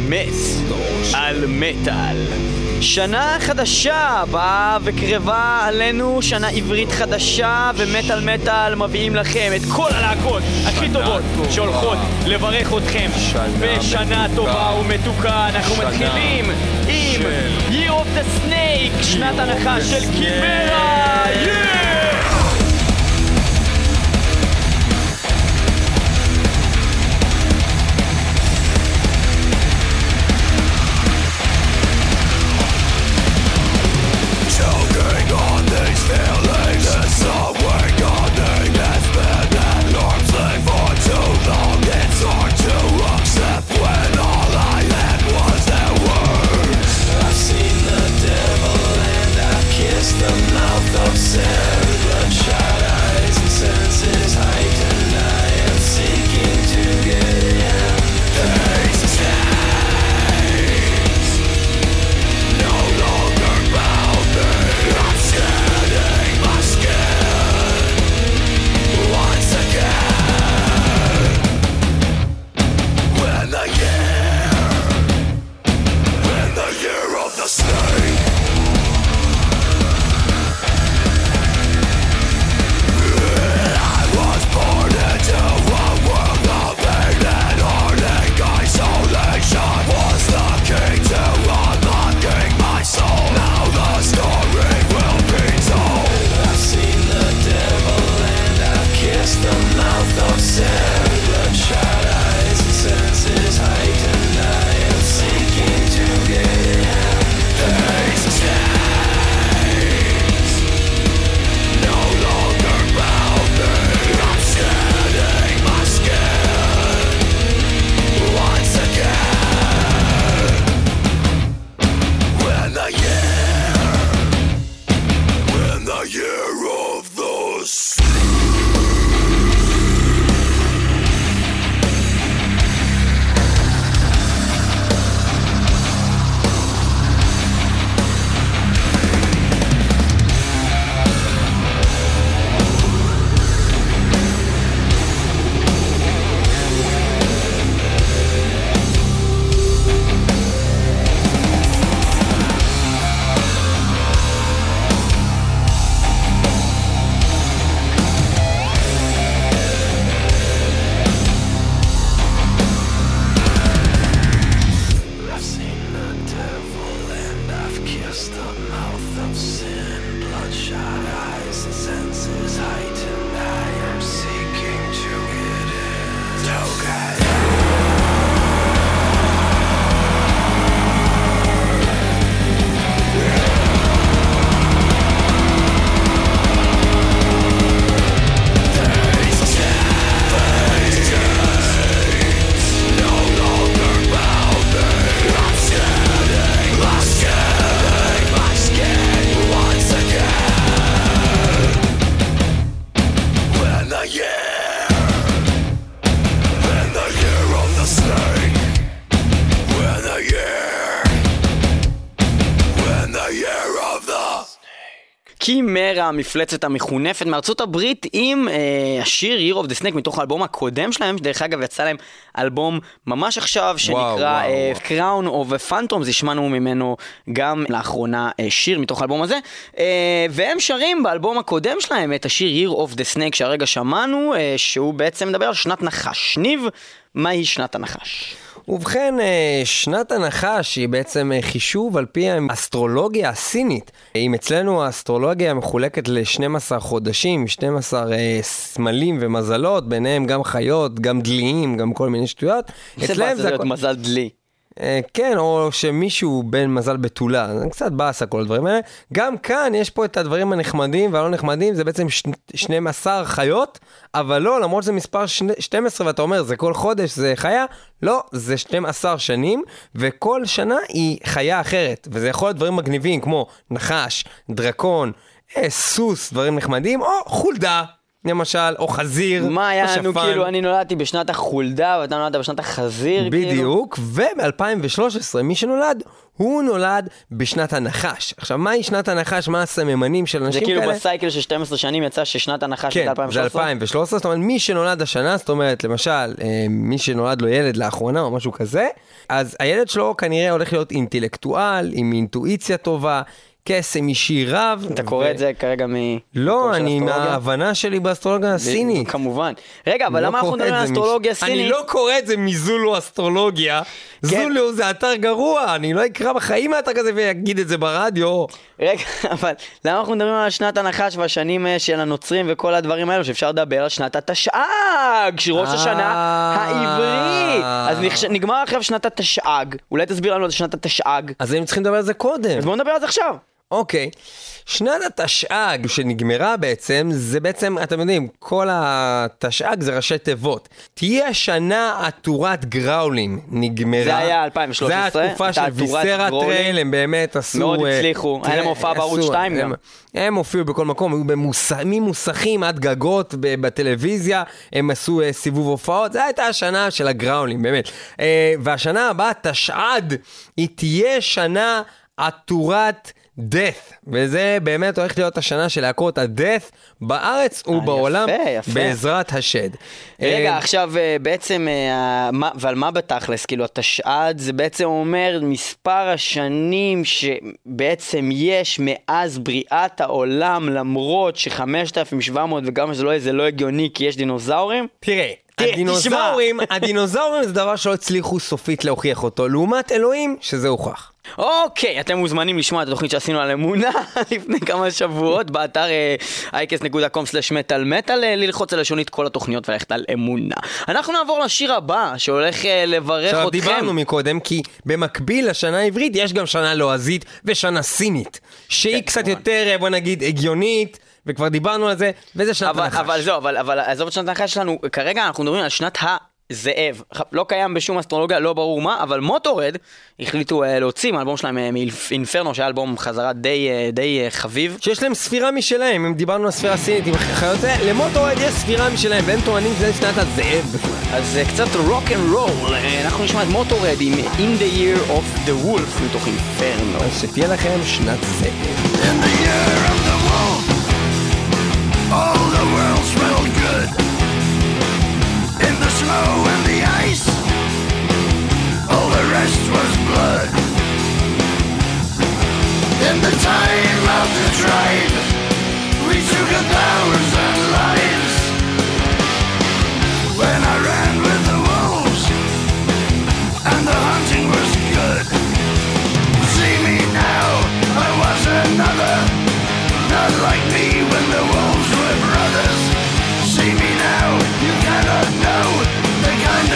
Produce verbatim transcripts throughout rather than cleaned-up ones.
מס על מטל. שנה חדשה באה וקרבה עלינו, שנה עברית חדשה, ומטל מטל מביאים לכם את כל הלהקות הכי טובות שהולכות לברך אתכם בשנה טובה ומתוקה. אנחנו מתחילים עם Year of the Snake, שנת הנחה של קימרה. קימרה, המפלצת המחונפת מארצות הברית, עם אה, השיר Year of the Snake מתוך האלבום הקודם שלהם. דרך אגב יצא להם אלבום ממש עכשיו שנקרא אה, Crown of Phantoms, השמענו ממנו גם לאחרונה אה, שיר מתוך האלבום הזה, אה, והם שרים באלבום הקודם שלהם את השיר Year of the Snake שהרגע שמענו, אה, שהוא בעצם מדבר על שנת נחש. ניב, מהי שנת הנחש? ובכן, שנת הנחש היא בעצם חישוב על פי האסטרולוגיה הסינית. אם אצלנו האסטרולוגיה מחולקת ל-שנים עשר חודשים, שנים עשר סמלים ומזלות, ביניהם גם חיות, גם דליים, גם כל מיני שטויות. אצלם זה להיות מזל דלי. כן, או שמישהו בן מזל בתולה, זה קצת באסה כל הדברים האלה. גם כאן יש פה את הדברים הנחמדים והלא נחמדים, זה בעצם שנים עשר חיות, אבל לא, למרות זה מספר שתים עשרה ואתה אומר, זה כל חודש, זה חיה, לא, זה שתים עשרה שנים, וכל שנה היא חיה אחרת, וזה יכול להיות דברים מגניבים, כמו נחש, דרקון, סוס, דברים נחמדים, או חולדה. למשל, או חזיר, מה היה או לנו, שפן. כאילו, אני נולדתי בשנת החולדה, ואתה נולדת בשנת החזיר, בדיוק, כאילו. וב-אלפיים ושלוש עשרה מי שנולד, הוא נולד בשנת הנחש. עכשיו, מהי שנת הנחש? מה הסממנים של אנשים כאלה? זה כאילו בסייקל של שתים עשרה שנים יצא ששנת הנחש כן, של אלפיים ושלוש עשרה? זה אלפיים ושלוש עשרה, זאת אומרת, מי שנולד השנה, זאת אומרת, למשל, מי שנולד לו ילד לאחרונה או משהו כזה, אז הילד שלו כנראה הולך להיות אינטלקטואל, עם אינטואיציה טובה, קסם אישי רב. אתה קורא את זה כרגע מ... לא, אני מההבנה שלי באסטרולוגיה הסינית. כמובן. רגע, אבל למה אנחנו מדברים על אסטרולוגיה סינית? אני לא קורא את זה מזולו אסטרולוגיה. זולו זה אתר גרוע, אני לא אקרא בחיים מהאתר כזה ויגיד את זה ברדיו. רגע, אבל למה אנחנו מדברים על שנת הנחש והשנים של הנוצרים וכל הדברים האלו, שאפשר לדבר על שנת התשע"ג, שראש השנה העברי. אז נגמר עכשיו שנת התשע"ג. אולי תסביר לנו על שנת התשע"ג. אז הם צריכים לדבר על זה קודם. אז בואו נדבר על זה עכשיו. אוקיי, שנת התשע"ג שנגמרה בעצם, זה בעצם, אתם יודעים, כל התשע"ג זה ראשי תיבות. תהיה שנה עטורת גראולים, נגמרה. זה היה אלפיים ושלוש עשרה. זה התקופה של ויסרה טרייל, הם באמת עשו... מאוד הצליחו, היה להם הופעה בערוץ שתיים גם. הם הופיעו בכל מקום, היו ממוסכים עד גגות בטלוויזיה, הם עשו סיבוב הופעות, זה הייתה השנה של הגראולים, באמת. והשנה הבאה, תשע"ד, היא תהיה שנה עטורת death, וזה באמת הולך להיות השנה של להקות ה-death בארץ ובעולם, בעזרת השד. רגע, עכשיו בעצם, ועל מה בתכלס? כאילו התשע"ד זה בעצם אומר מספר השנים שבעצם יש מאז בריאת העולם, למרות ש-חמשת אלפים שבע מאות וגם שזה לא איזה לא הגיוני כי יש דינוזאורים? תראה, הדינוזאורים, הדינוזאורים זה דבר שלא הצליחו סופית להוכיח אותו, לעומת אלוהים שזה הוכח. אוקיי, אתם מוזמנים לשמוע את התוכנית שעשינו על אמונה לפני כמה שבועות באתר אייקס דוט קום סלאש מטל מטל, ללחוץ על לשונית כל התוכניות וללכת על אמונה. אנחנו נעבור לשיר הבא שהולך לברך אתכם. עכשיו דיברנו מקודם כי במקביל לשנה העברית יש גם שנה לועזית ושנה סינית, שהיא קצת יותר, בוא נגיד, הגיונית, וכבר דיברנו על זה, וזה שנת הנחש. אבל זו, אבל, אבל עזוב את שנת הנחש שלנו, כרגע אנחנו מדברים על שנת הזאב. לא קיים בשום אסטרולוגיה, לא ברור מה, אבל מוטורד החליטו להוציא מהאלבום שלהם מאינפרנו, שהיה אלבום חזרה די, די חביב. שיש להם ספירה משלהם, אם דיברנו על ספירה סינית עם חיות זה, למוטורד יש ספירה משלהם, והם טוענים שזה שנת הזאב. אז קצת רוק אנד רול, אנחנו נשמע את מוטורד עם In the Year of the Wolf מתוך אינפרנו. אז שתהיה לכם שנת זאב. In the year of the wolf, all the world smelled good. In the snow and the ice, all the rest was blood. In the time of the tribe, we took a thousand lives. When I ran with the wolves, and the hunting was good. See me now, I was another, not like me when the wolves were brothers. See me now, you cannot know the kind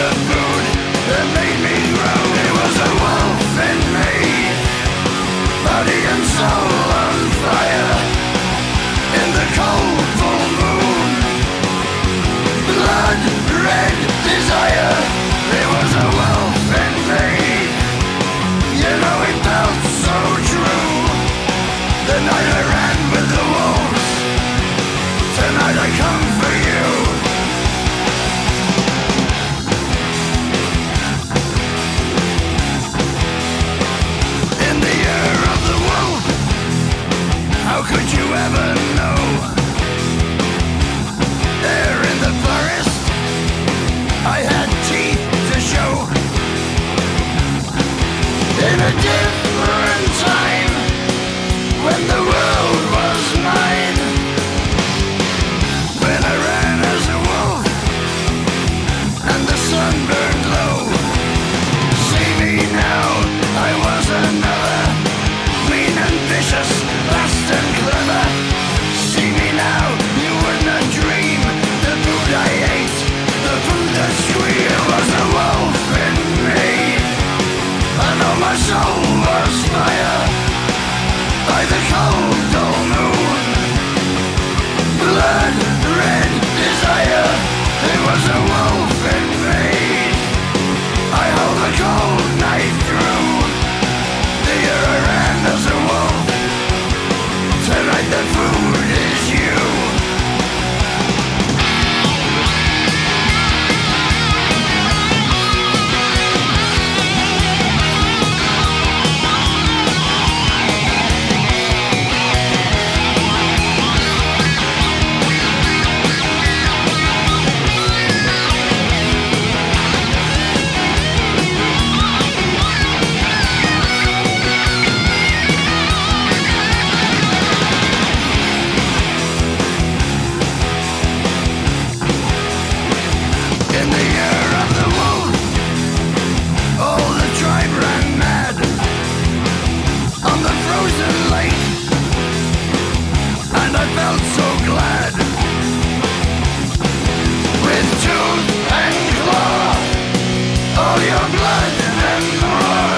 more blood and more.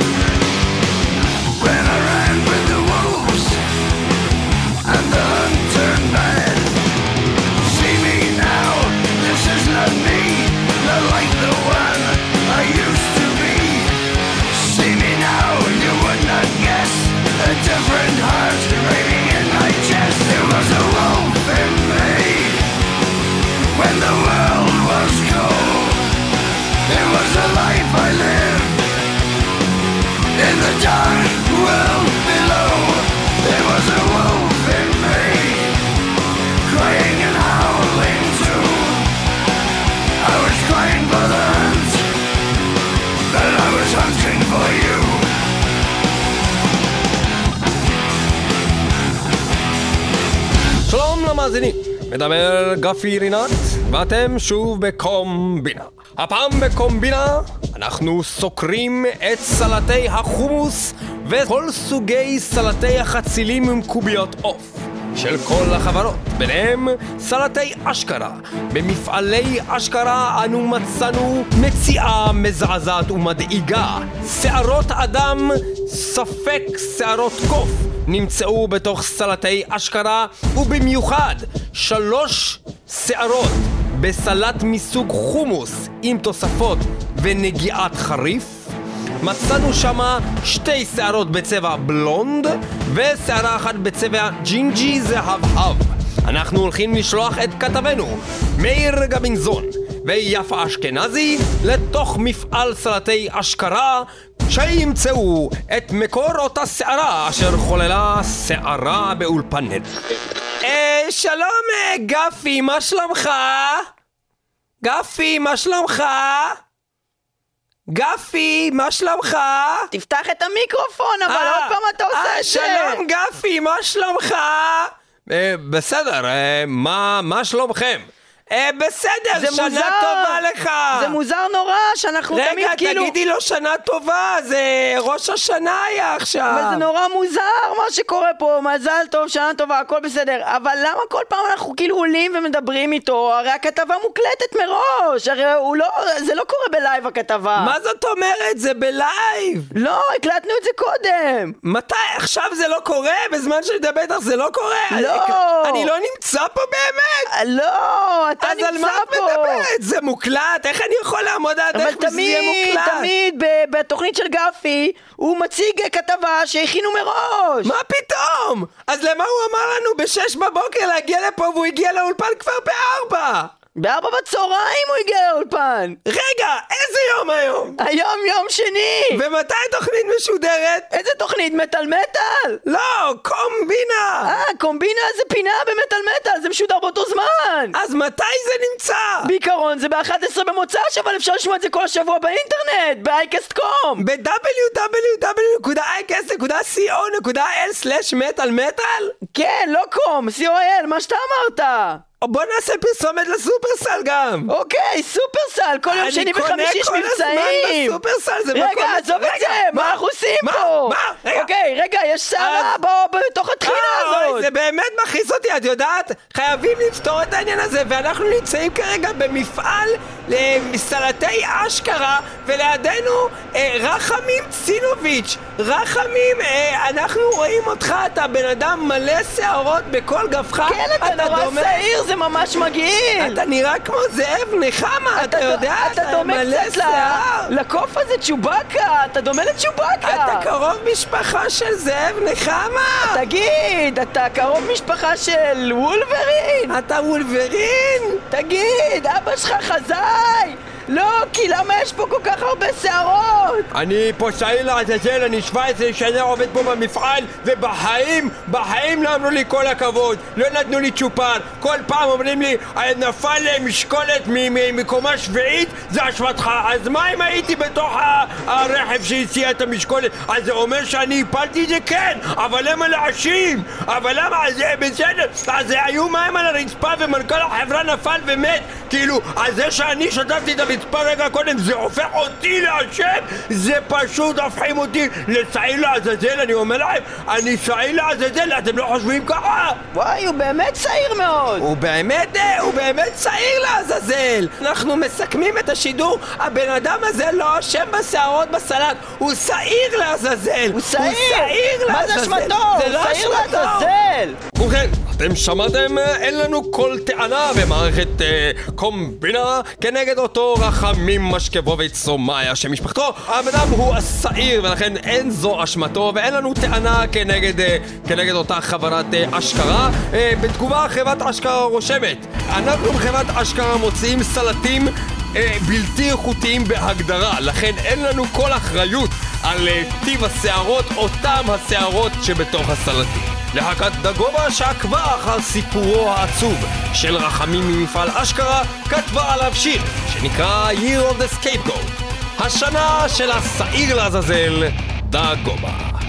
When I ran with the wolves and the hunt turned bad. See me now, this is not me, not like the one I used to be. See me now, you would not guess, a different heart raving in my chest. There was a wolf in me when the world was cold. It was a life I lived in the dark world below. There was a wolf in me, crying and howling too. I was crying for the hunt, but I was hunting for you. שלום למאזינים, מדבר גפי רינת, ואתם שוב בקומבינה. הפעם בקומבינה אנחנו סוקרים את סלטי החומוס וכל סוגי סלטי החצילים עם קוביות עוף של כל החברות, ביניהם סלטי אשכרה. במפעלי אשכרה אנו מצאנו מציאה מזעזעת ומדאיגה. שערות אדם, ספק שערות קוף, נמצאו בתוך סלטי אשכרה, ובמיוחד שלוש שערות בסלט מסוג חומוס עם תוספות ונגיעת חריף. מצאנו שמה שתי שערות בצבע בלונד ושערה אחת בצבע ג'ינג'י זהבהב. אנחנו הולכים לשלוח את כתבנו מאיר גבינזון ויפה אשכנזי לתוך מפעל סלטי אשכרה, שימצאו את מקור אותה שערה אשר חוללה שערה באולפנט. אה, שלום גפי, מה שלומך? גפי, מה שלומך? גפי, מה שלומך? תפתח את המיקרופון, אבל אה, עוד פעם אתה עושה אה, את זה. שלום גפי, מה שלומך? אה, בסדר, אה, מה, מה שלומכם? אה, בסדר, שנה מוזר. טובה לך. זה מוזר נורא שאנחנו רגע, תמיד כאילו... רגע, תגידי לו שנה טובה, זה ראש השנה היה עכשיו. אבל זה נורא מוזר מה שקורה פה, מזל טוב, שנה טובה, הכל בסדר. אבל למה כל פעם אנחנו כאילו עולים ומדברים איתו? הרי הכתבה מוקלטת מראש, הרי הוא לא, זה לא קורה בלייב הכתבה. מה זאת אומרת? זה בלייב. לא, הקלטנו את זה קודם. מתי? עכשיו זה לא קורה? בזמן שאני מדבר איתך זה לא קורה? לא. אני, אני לא נמצא פה באמת? לא, אתה אז נמצא על מה את פה. מדברת? זה מוקלט? איך אני יכול לעמוד על הדרך אבל וזה יהיה תמיד, מוקלט? תמיד, ב- בתוכנית של גפי, הוא מציג כתבה שהכינו מראש. מה פתאום? אז למה הוא אמר לנו בשש בבוקר להגיע לפה והוא הגיע לאולפן כבר בארבע? בארבע בצהריים הוא הגיע לאולפן. רגע, איזה יום היום? היום יום שני. ומתי התוכנית משודרת? איזה תוכנית? מטל מטל? לא, קומבינה. אה, קומבינה זה פינה במטל מטל, זה משודר באותו זמן. אז מתי זה נמצא? בעיקרון זה ב-אחת עשרה במוצ"ש, אבל אפשר לשמוע את זה כל השבוע באינטרנט, ב-אייקסט דוט קום. ב-דאבליו דאבליו דאבליו נקודה איי קי אס נקודה סי או נקודה אל סלש מטל מטל? כן, לא קום, סי או אל, מה שאתה אמרת. בוא נעשה פרסומת לסופרסל גם. אוקיי, סופרסל, כל יום שני וחמישי יש מבצעים. אני קונה כל הזמן בסופרסל, זה מקום... רגע, עזוב את זה, מה אנחנו עושים מה? פה? מה? רגע. אוקיי, רגע, יש שערה בוא, בתוך התחינה אוי, הזאת. זה באמת מכעיס אותי, את יודעת? חייבים לפתור את העניין הזה, ואנחנו נמצאים כרגע במפעל לסלטי אשכרה, ולידינו אה, רחמים צינוביץ'. רחמים, אה, אנחנו רואים אותך, אתה בן אדם מלא שערות בכל גפך. כן, אתה נורא דומה- שעיר, זה ממש מגעיל. אתה נראה כמו זאב נחמה, אתה יודע? אתה דומה מלא קצת ל- שיער. לקוף הזה צ'ובאקה, אתה דומה לצ'ובאקה. אתה קרוב משפחה של זאב נחמה. תגיד, אתה קרוב משפחה של וולברין? אתה וולברין? תגיד, אבא שלך חזאי? לא, כי למה יש פה כל כך הרבה שערות? אני פה שעיר לעזאזל, אני שבע עשרה שנה עובד פה במפעל, ובחיים, בחיים לא אמרו לי כל הכבוד, לא נתנו לי צ'ופר. כל פעם אומרים לי, נפל להם משקולת מ- מקומה שביעית, זה אשמתך. אז מה אם הייתי בתוך ה- הרכב שהציע את המשקולת? אז זה אומר שאני הפלתי את זה? כן, אבל למה להאשים? אבל למה? אז זה בסדר, אז היו מים על הרצפה ומנכ"ל החברה נפל ומת, כאילו, אז זה שאני שטפתי את המשקולת המספר רגע קודם, זה הופך אותי לאשם, זה פשוט הופכים אותי לשעיר לעזאזל, אני אומר להם, אני שעיר לעזאזל, אתם לא חושבים ככה? וואי, הוא באמת שעיר מאוד. הוא באמת, הוא באמת שעיר לעזאזל. אנחנו מסכמים את השידור, הבן אדם הזה לא אשם בשערות בסלט, הוא שעיר לעזאזל. הוא שעיר? מה זה אשמתו? הוא שעיר לעזאזל. ובכן, אתם שמעתם? אין לנו כל טענה במערכת אה, קומבינה כנגד אותו רחמים משקבוביץ או מאיה שמשפחתו. האדם הוא השעיר ולכן אין זו אשמתו ואין לנו טענה כנגד, אה, כנגד אותה חברת אה, אשכרה. אה, בתגובה חברת אשכרה רושמת, אנחנו בחברת אשכרה מוציאים סלטים אה, בלתי איכותיים בהגדרה, לכן אין לנו כל אחריות על אה, טיב השערות, אותם השערות שבתוך הסלטים. להקת דגובה שעקבה אחר סיפורו העצוב של רחמים ממפעל אשכרה כתבה עליו שיר שנקרא Year of the Scapegoat, השנה של השעיר לעזאזל דגובה.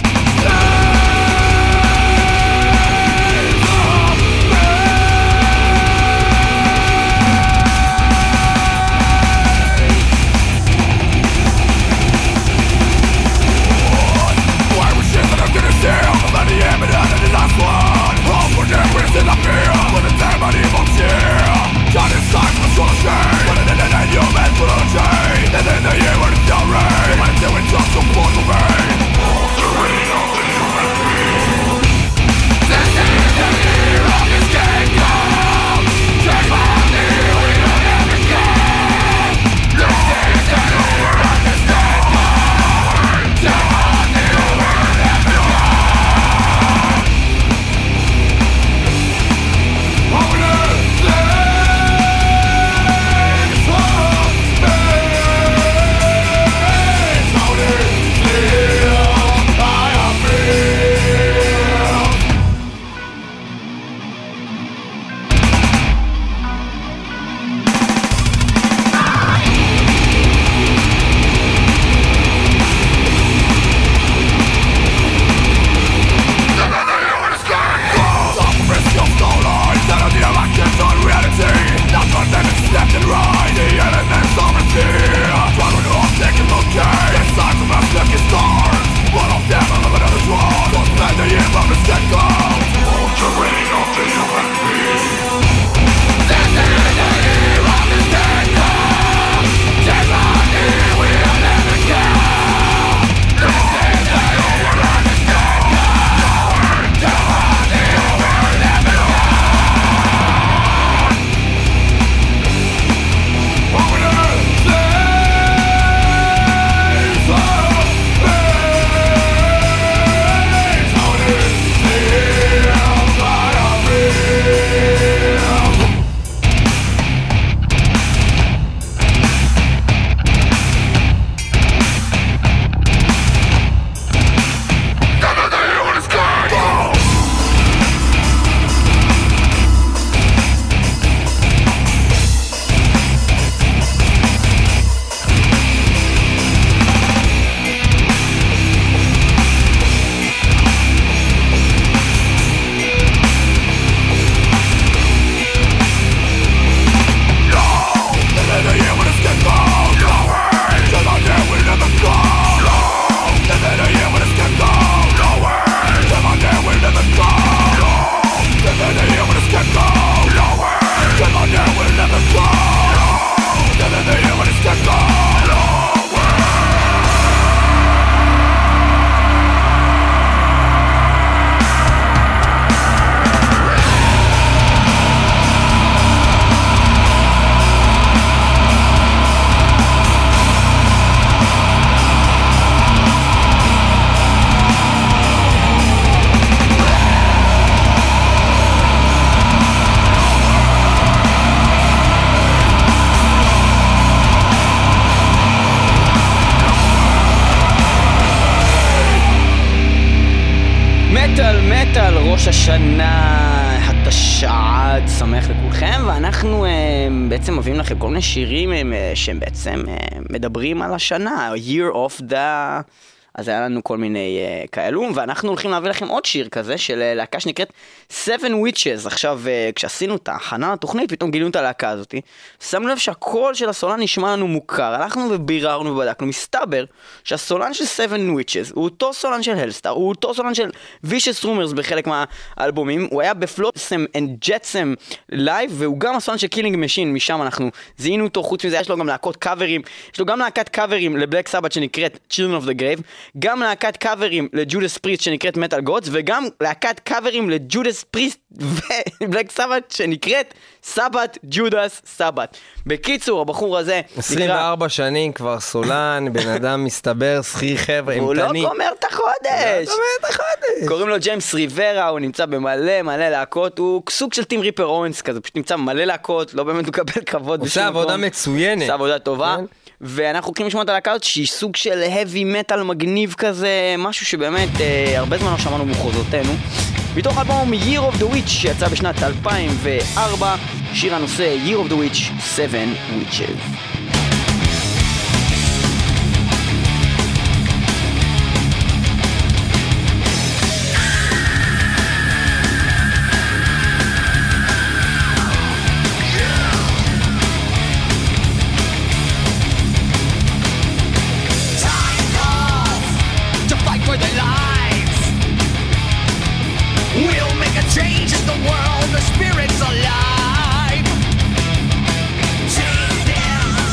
מטל, ראש השנה, התשע"ד, שמח לכולכם, ואנחנו uh, בעצם מביאים לכם כל מיני שירים uh, שהם בעצם uh, מדברים על השנה, Year of the אז היה לנו כל מיני uh, כאלו, ואנחנו הולכים להביא לכם עוד שיר כזה, של uh, להקה שנקראת Seven Witches. עכשיו, uh, כשעשינו את ההכנה לתוכנית, פתאום גילינו את הלהקה הזאת, שמנו לב שהקול של הסולן נשמע לנו מוכר, הלכנו וביררנו ובדקנו, מסתבר שהסולן של Seven Witches, הוא אותו סולן של הלסטאר, הוא אותו סולן של Vicious Rumors בחלק מהאלבומים, הוא היה בפלוטסם אנד ג'טסם לייב, והוא גם הסולן של קילינג משין, משם אנחנו זיהינו אותו, חוץ מזה יש לו גם להקות קאברים, יש לו גם להקת קאברים לבלק סבת שנקראת Children of the Grave, גם להקת קאברים לג'ודס פריסט שנקראת מטל גודס, וגם להקת קאברים לג'ודס פריסט ובלק סבת שנקראת סבת ג'ודס סבת. בקיצור, הבחור הזה עשרים וארבע שנים כבר סולן, בן אדם מסתבר, שכיר חבר'ה, הוא לא גומר את החודש. הוא לא גומר את החודש. קוראים לו ג'יימס ריברה, הוא נמצא במלא מלא להקות, הוא סוג של טים ריפר אורנס כזה, פשוט נמצא במלא להקות, לא באמת מקבל כבוד. עושה עבודה מצוינת. עושה עבודה טובה. ואנחנו הולכים לשמוע את הלהקה הזאת שהיא סוג של heavy metal מגניב כזה, משהו שבאמת אה, הרבה זמן לא שמענו במחוזותינו. מתוך אלבום Year of the Witch שיצא בשנת אלפיים וארבע, שיר הנושא Year of the Witch, Seven Witches. World, the spirit's alive. Change them.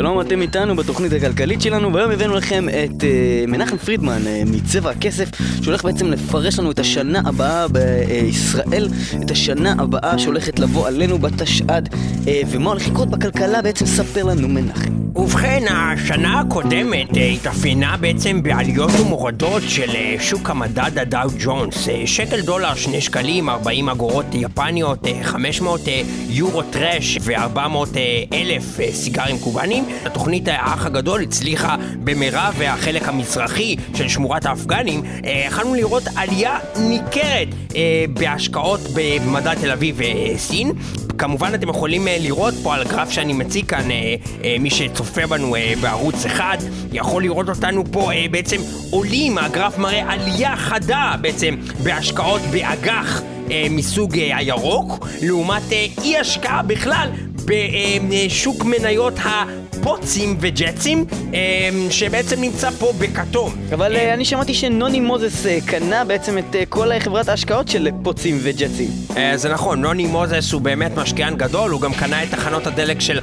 שלום, אתם איתנו בתוכנית הכלכלית שלנו, והיום הבאנו לכם את uh, מנחם פרידמן uh, מצבע הכסף, שהולך בעצם לפרש לנו את השנה הבאה בישראל, את השנה הבאה שהולכת לבוא עלינו בתשע"ד, uh, ומה הולך לקרות בכלכלה, בעצם ספר לנו מנחם. ובכן, השנה הקודמת uh, התאפיינה בעצם בעליות ומורדות של uh, שוק המדד הדאו ג'ונס, uh, שקל דולר שני שקלים, ארבעים אגורות יפניות, uh, חמש מאות uh, יורו טרש ו-ארבע מאות אלף uh, סיגרים קובנים. התוכנית האח הגדול הצליחה במהרה, והחלק המזרחי של שמורת האפגנים יכלנו לראות עלייה ניכרת uh, בהשקעות במדד תל אביב וסין. כמובן אתם יכולים uh, לראות פה על הגרף שאני מציג כאן, uh, uh, מי שצופה בנו uh, בערוץ אחד יכול לראות אותנו פה uh, בעצם עולים. הגרף מראה עלייה חדה בעצם בהשקעות באג"ח uh, מסוג uh, הירוק, לעומת uh, אי השקעה בכלל בשוק מניות הפוצים וג'טסים, שבעצם נמצא פה בכתום. אבל אני שמעתי שנוני מוזס קנה בעצם את כל חברת ההשקעות של פוצים וג'טסים. זה נכון, נוני מוזס הוא באמת משקיען גדול, הוא גם קנה את תחנות הדלק של...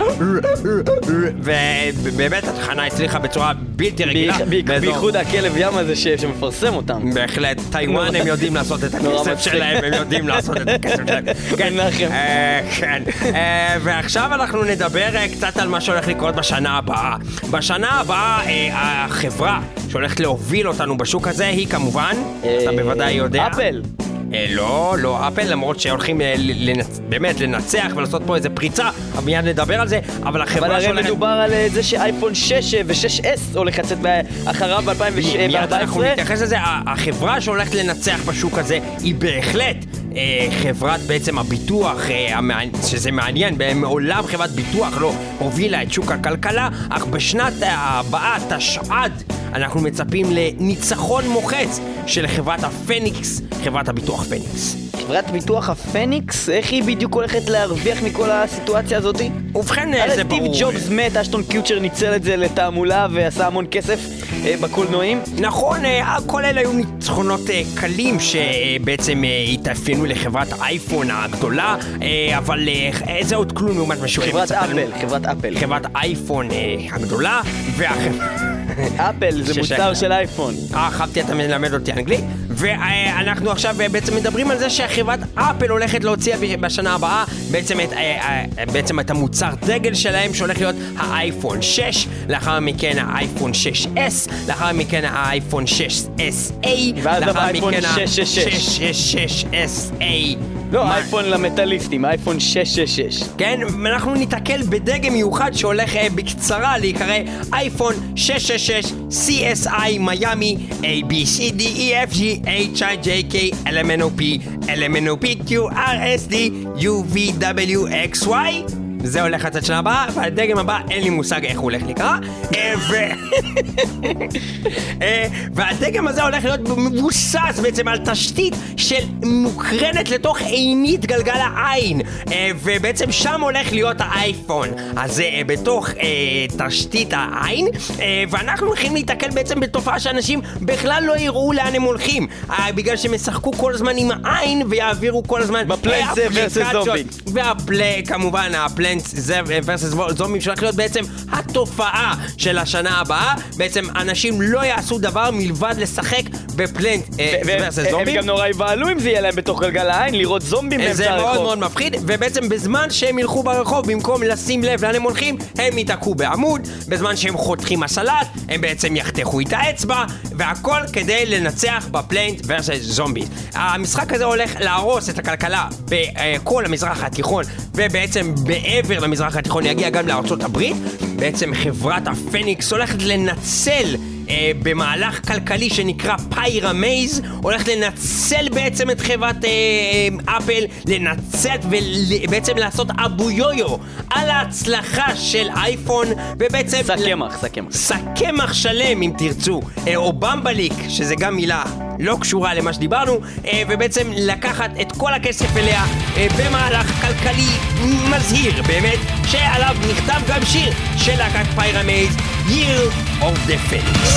ובאמת התחנה הצליחה בצורה בלתי רגילה. בייחוד הכלב ים הזה שמפרסם אותם. בהחלט, טיואן הם יודעים לעשות את הכסף שלהם, הם יודעים לעשות את הכסף שלהם. כן, נחם. כן. ועכשיו אנחנו נדבר קצת על מה שהולך לקרות בשנה הבאה. בשנה הבאה החברה שהולכת להוביל אותנו בשוק הזה היא כמובן, אתה בוודאי יודע, אפל. לא, לא אפל, למרות שהולכים באמת לנצח ולעשות פה איזה פריצה, מיד נדבר על זה, אבל החברה אבל הרי מדובר על זה שאייפון שש ו-שש אס הולך לצאת אחריו ב-אלפיים וארבע עשרה. מיד אנחנו נתייחס לזה. החברה שהולכת לנצח בשוק הזה היא בהחלט חברת בעצם הביטוח, שזה מעניין, מעולם חברת ביטוח לא הובילה את שוק הכלכלה, אך בשנת הבאה, תשע"ד, אנחנו מצפים לניצחון מוחץ של חברת הפניקס, חברת הביטוח פניקס. חברת ביטוח הפניקס, איך היא בדיוק הולכת להרוויח מכל הסיטואציה הזאת? ובכן, זה ברור. סטיב ג'ובס מת, אשטון קיוצ'ר ניצל את זה לתעמולה ועשה המון כסף אה, בקולנועים. נכון, אה, כל אלה היו ניצחונות אה, קלים שבעצם אה, התאפיינו לחברת אייפון הגדולה, אה, אבל אה, זה עוד כלום לעומת משהו. חברת אפל, חברת אפל. חברת אייפון אה, הגדולה, והחברה... אפל זה מוצר של אייפון. אה, חבתי, אתה מלמד אותי אנגלית. ואנחנו עכשיו בעצם מדברים על זה שחברת אפל הולכת להוציא בשנה הבאה בעצם את, בעצם את המוצר דגל שלהם, שהולך להיות האייפון שש, לאחר מכן האייפון שש אס, לאחר מכן האייפון שש אס איי, לאחר מכן ה-שש שש אס איי. לא, אייפון למטליסטים, אייפון שש שש שש. כן, אנחנו ניתקל בדגם מיוחד שהולך בקצרה להיקרא אייפון שש שש שש סי אס איי מיאמי A B C D E F G H I J K L M N O P L M N O P Q R S T U V W X Y. זה הולך לצד שנה הבאה, והדגם הבא אין לי מושג איך הוא הולך לקרוא. והדגם הזה הולך להיות מבוסס בעצם על תשתית של מוקרנת לתוך עינית גלגל העין, ובעצם שם הולך להיות האייפון הזה בתוך תשתית העין, ואנחנו הולכים להתקל בעצם בתופעה שאנשים בכלל לא יראו לאן הם הולכים, בגלל שהם ישחקו כל הזמן עם העין ויעבירו כל הזמן בפלנט זה ורסס זומבי, והפלי כמובן הפלנט זה ורסס זומבי שהולך להיות בעצם התופעה של השנה הבאה. בעצם אנשים לא יעשו דבר מלבד לשחק בפלנט ורסס זומבי. הם גם נורא יבעלו אם זה יהיה להם בתוך גלגל העין לראות זומבים באמצע הרחוב. זה מאוד מאוד מפחיד, ובעצם בזמן שהם ילכו ברחוב במקום לשים לב לאן הם הולכים הם יתעקו בעמוד, בזמן שהם חותכים הסלט הם בעצם יחתכו את האצבע, והכל כדי לנצח בפלנט ורסס זומבי. המשחק הזה הולך להרוס את הכלכלה בכל המזרח התיכון, ובעצם בעבר למזרח התיכון יגיע גם לארצות הברית. בעצם חברת הפניקס הולכת לנצל אה, במהלך כלכלי שנקרא פיירמייז, הולכת לנצל בעצם את חברת אה, אה, אפל, לנצל ובעצם לעשות אבו יויו על ההצלחה של אייפון, ובעצם סכמח, סכמח סכמח שלם אם תרצו, אה, או במבליק, שזה גם מילה לא קשורה למה שדיברנו, אה, ובעצם לקחת את כל הכסף אליה אה, במהלך כלכלי מזהיר באמת, שעליו נכתב גם שיר של להקת פיירמייז, Year of the Phoenix.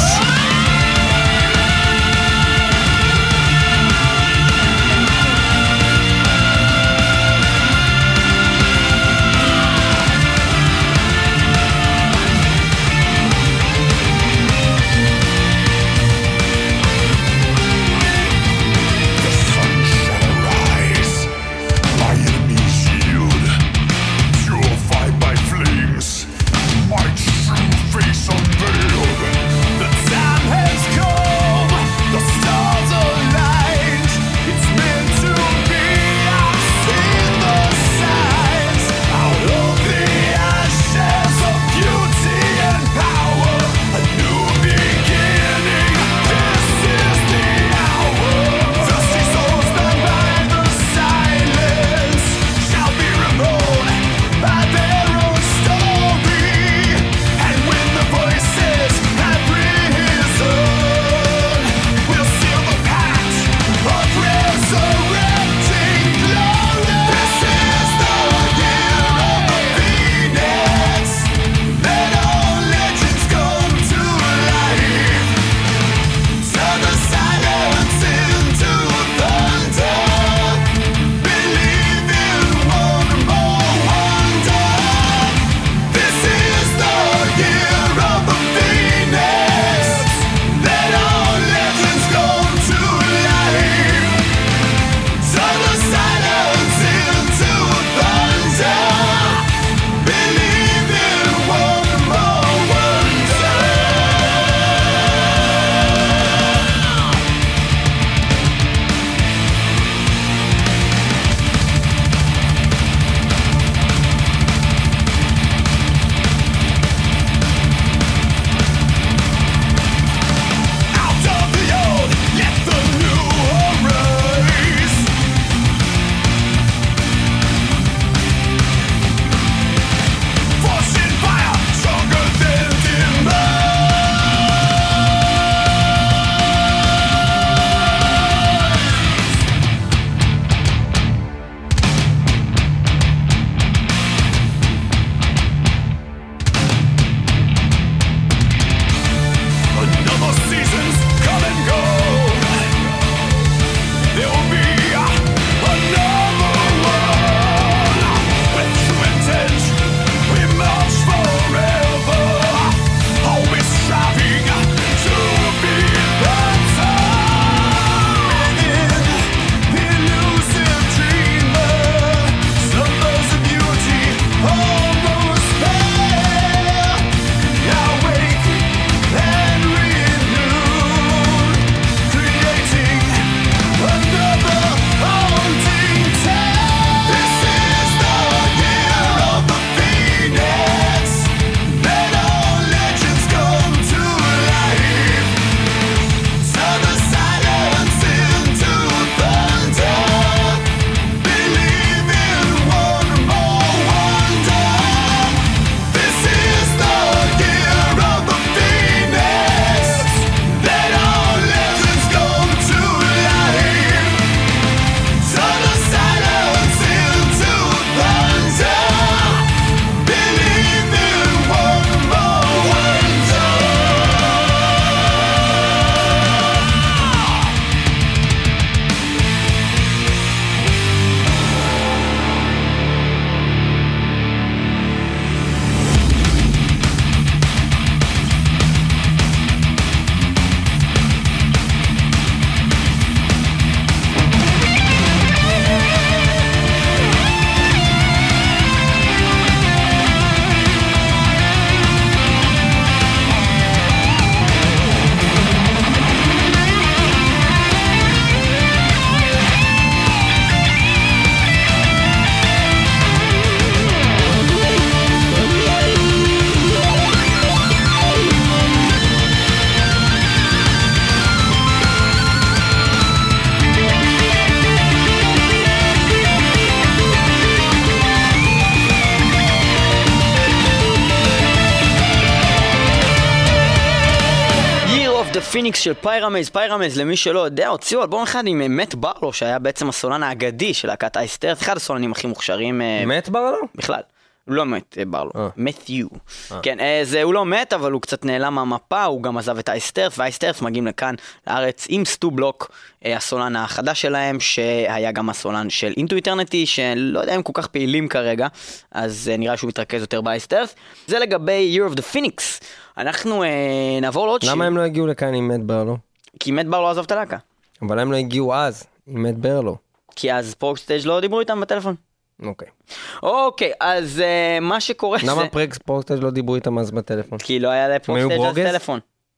Phoenix של פיירמייז. פיירמייז, למי שלא יודע, הוציאו אלבום אחד עם מאט ברלו, שהיה בעצם הסולן האגדי של להקת אייסטרס, אחד הסולנים הכי מוכשרים מאט ברלו? בכלל. הוא לא מת ברלו, מת'יו. כן, זה הוא לא מת, אבל הוא קצת נעלם מהמפה, הוא גם עזב את האייסטרס, והאייסטרס מגיעים לכאן לארץ עם סטו בלוק, הסולן החדש שלהם, שהיה גם הסולן של אינטו איטרניטי, שלא יודע אם כל כך פעילים כרגע, אז נראה שהוא מתרכז יותר באייסטרס. זה לגבי Year of the Phoenix. אנחנו נעבור לעוד שיר. למה הם לא הגיעו לכאן עם מאט ברלו? כי מאט ברלו עזב את הלהקה. אבל הם לא הגיעו אז עם מאט ברלו. כי אז פורקסטייג' לא דיברו איתם בטלפון. אוקיי. אוקיי, אז uh, מה שקורה זה... למה פרקס פורקסטייג' לא דיברו איתם אז בטלפון? כי לא היה לפורקסטייג' אז טלפון.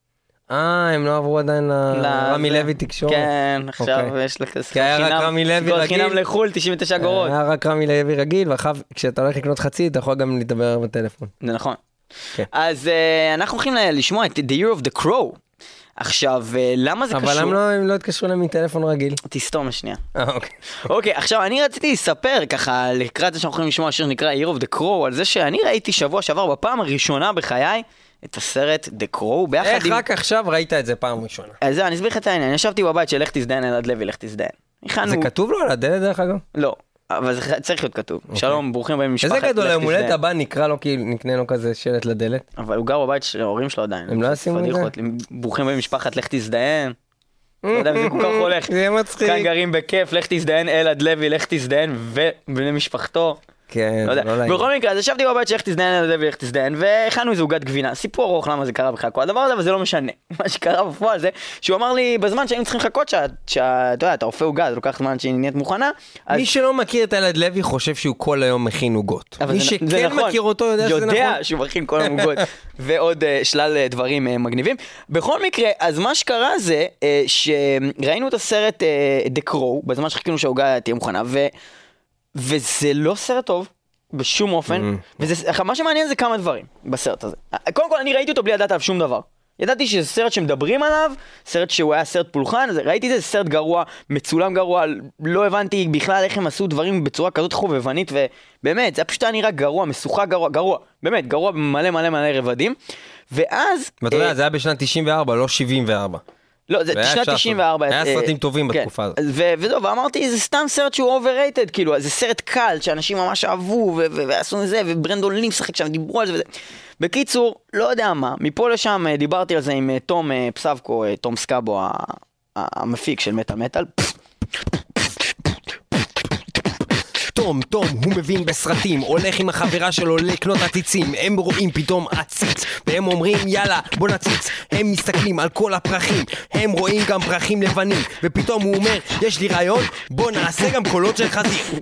אה, הם לא עברו עדיין לרמי לוי תקשורת. כן, עכשיו יש לך כי היה רק רמי לוי רגיל. חינם לחול, תשעים ותשע אגורות. היה רק רמי לוי רגיל, ואחר כשאתה הולך לקנות חצי, אתה יכול גם לדבר בטלפון. זה נכון. אז אנחנו הולכים לשמוע את The Year of the Crow. עכשיו, למה זה קשור? אבל הם לא התקשרו להם מטלפון רגיל. תסתום השנייה. אוקיי. אוקיי, עכשיו אני רציתי לספר ככה, לקראת זה שאנחנו יכולים לשמוע שיר שנקרא Year of the Crow, על זה שאני ראיתי שבוע שעבר בפעם הראשונה בחיי, את הסרט The Crow ביחד עם... איך רק עכשיו ראית את זה פעם ראשונה? אז זה, אני אסביר לך את העניין, אני ישבתי בבית של לך תזדיין אלעד לוי, לך תזדיין. זה כתוב לו על הדלת דרך אגב? לא. אבל זה צריך להיות כתוב. שלום, ברוכים הבאים למשפחת. איזה גדול, המולדת הבא נקרא לו כי נקנה לו כזה שלט לדלת. אבל הוא גר בבית של ההורים שלו עדיין. הם לא עשימו את זה? ברוכים הבאים למשפחת, לך תזדיין. לא יודע אם זה כל כך הולך. זה מצחיק. כאן גרים בכיף, לך תזדיין, אלעד לוי, לך תזדיין, ובני משפחתו. כן, לא לא להגיד. בכל מקרה, אז ישבתי בבית שלך תזדיין, אלעד לוי, לך תזדיין, והכנו איזה עוגת גבינה. סיפור ארוך למה זה קרה בכלל כל הדבר הזה, אבל זה לא משנה. מה שקרה בפועל זה, שהוא אמר לי, בזמן שהיינו צריכים לחכות, שאתה יודע, אתה אופה עוגה, זה לוקח זמן שהיא נהיית מוכנה. מי שלא מכיר את אלעד לוי חושב שהוא כל היום מכין עוגות. מי שכן מכיר אותו יודע שזה נכון. יודע שהוא מכין כל היום עוגות, ועוד שלל דברים מגניבים. בכל מקרה, אז מה שקרה זה, שראינו את הסרט The Crow, בזמן שחיכינו שהעוגה תהיה מוכנה, וזה לא סרט טוב. בשום אופן, ומה שמעניין זה כמה דברים בסרט הזה. קודם כל אני ראיתי אותו בלי לדעת עליו שום דבר. ידעתי שזה סרט שמדברים עליו, סרט שהוא היה סרט פולחן, ראיתי את זה, סרט גרוע, מצולם גרוע, לא הבנתי בכלל איך הם עשו דברים בצורה כזאת חובבנית, ובאמת, זה פשוט היה נראה גרוע, משוחק גרוע, גרוע, באמת, גרוע במלא מלא מלא רבדים, ואז... ואתה יודע, זה היה בשנת תשעים וארבע, לא שבעים וארבע. לא, זה שנת תשעים וארבע. היה סרטים טובים בתקופה הזאת. וזהו, ואמרתי, זה סתם סרט שהוא overrated, כאילו, זה סרט קל, שאנשים ממש אהבו, ועשו את זה, וברנדון לי משחק שם, דיברו על זה וזה. בקיצור, לא יודע מה, מפה לשם דיברתי על זה עם תום פסבקו, תום סקאבו, המפיק של מטל מטל. תום, תום, הוא מבין בסרטים, הולך עם החברה שלו לקנות עציצים, הם רואים פתאום עציץ, והם אומרים יאללה בוא נציץ, הם מסתכלים על כל הפרחים, הם רואים גם פרחים לבנים, ופתאום הוא אומר יש לי רעיון, בוא נעשה גם קולות של חזיר.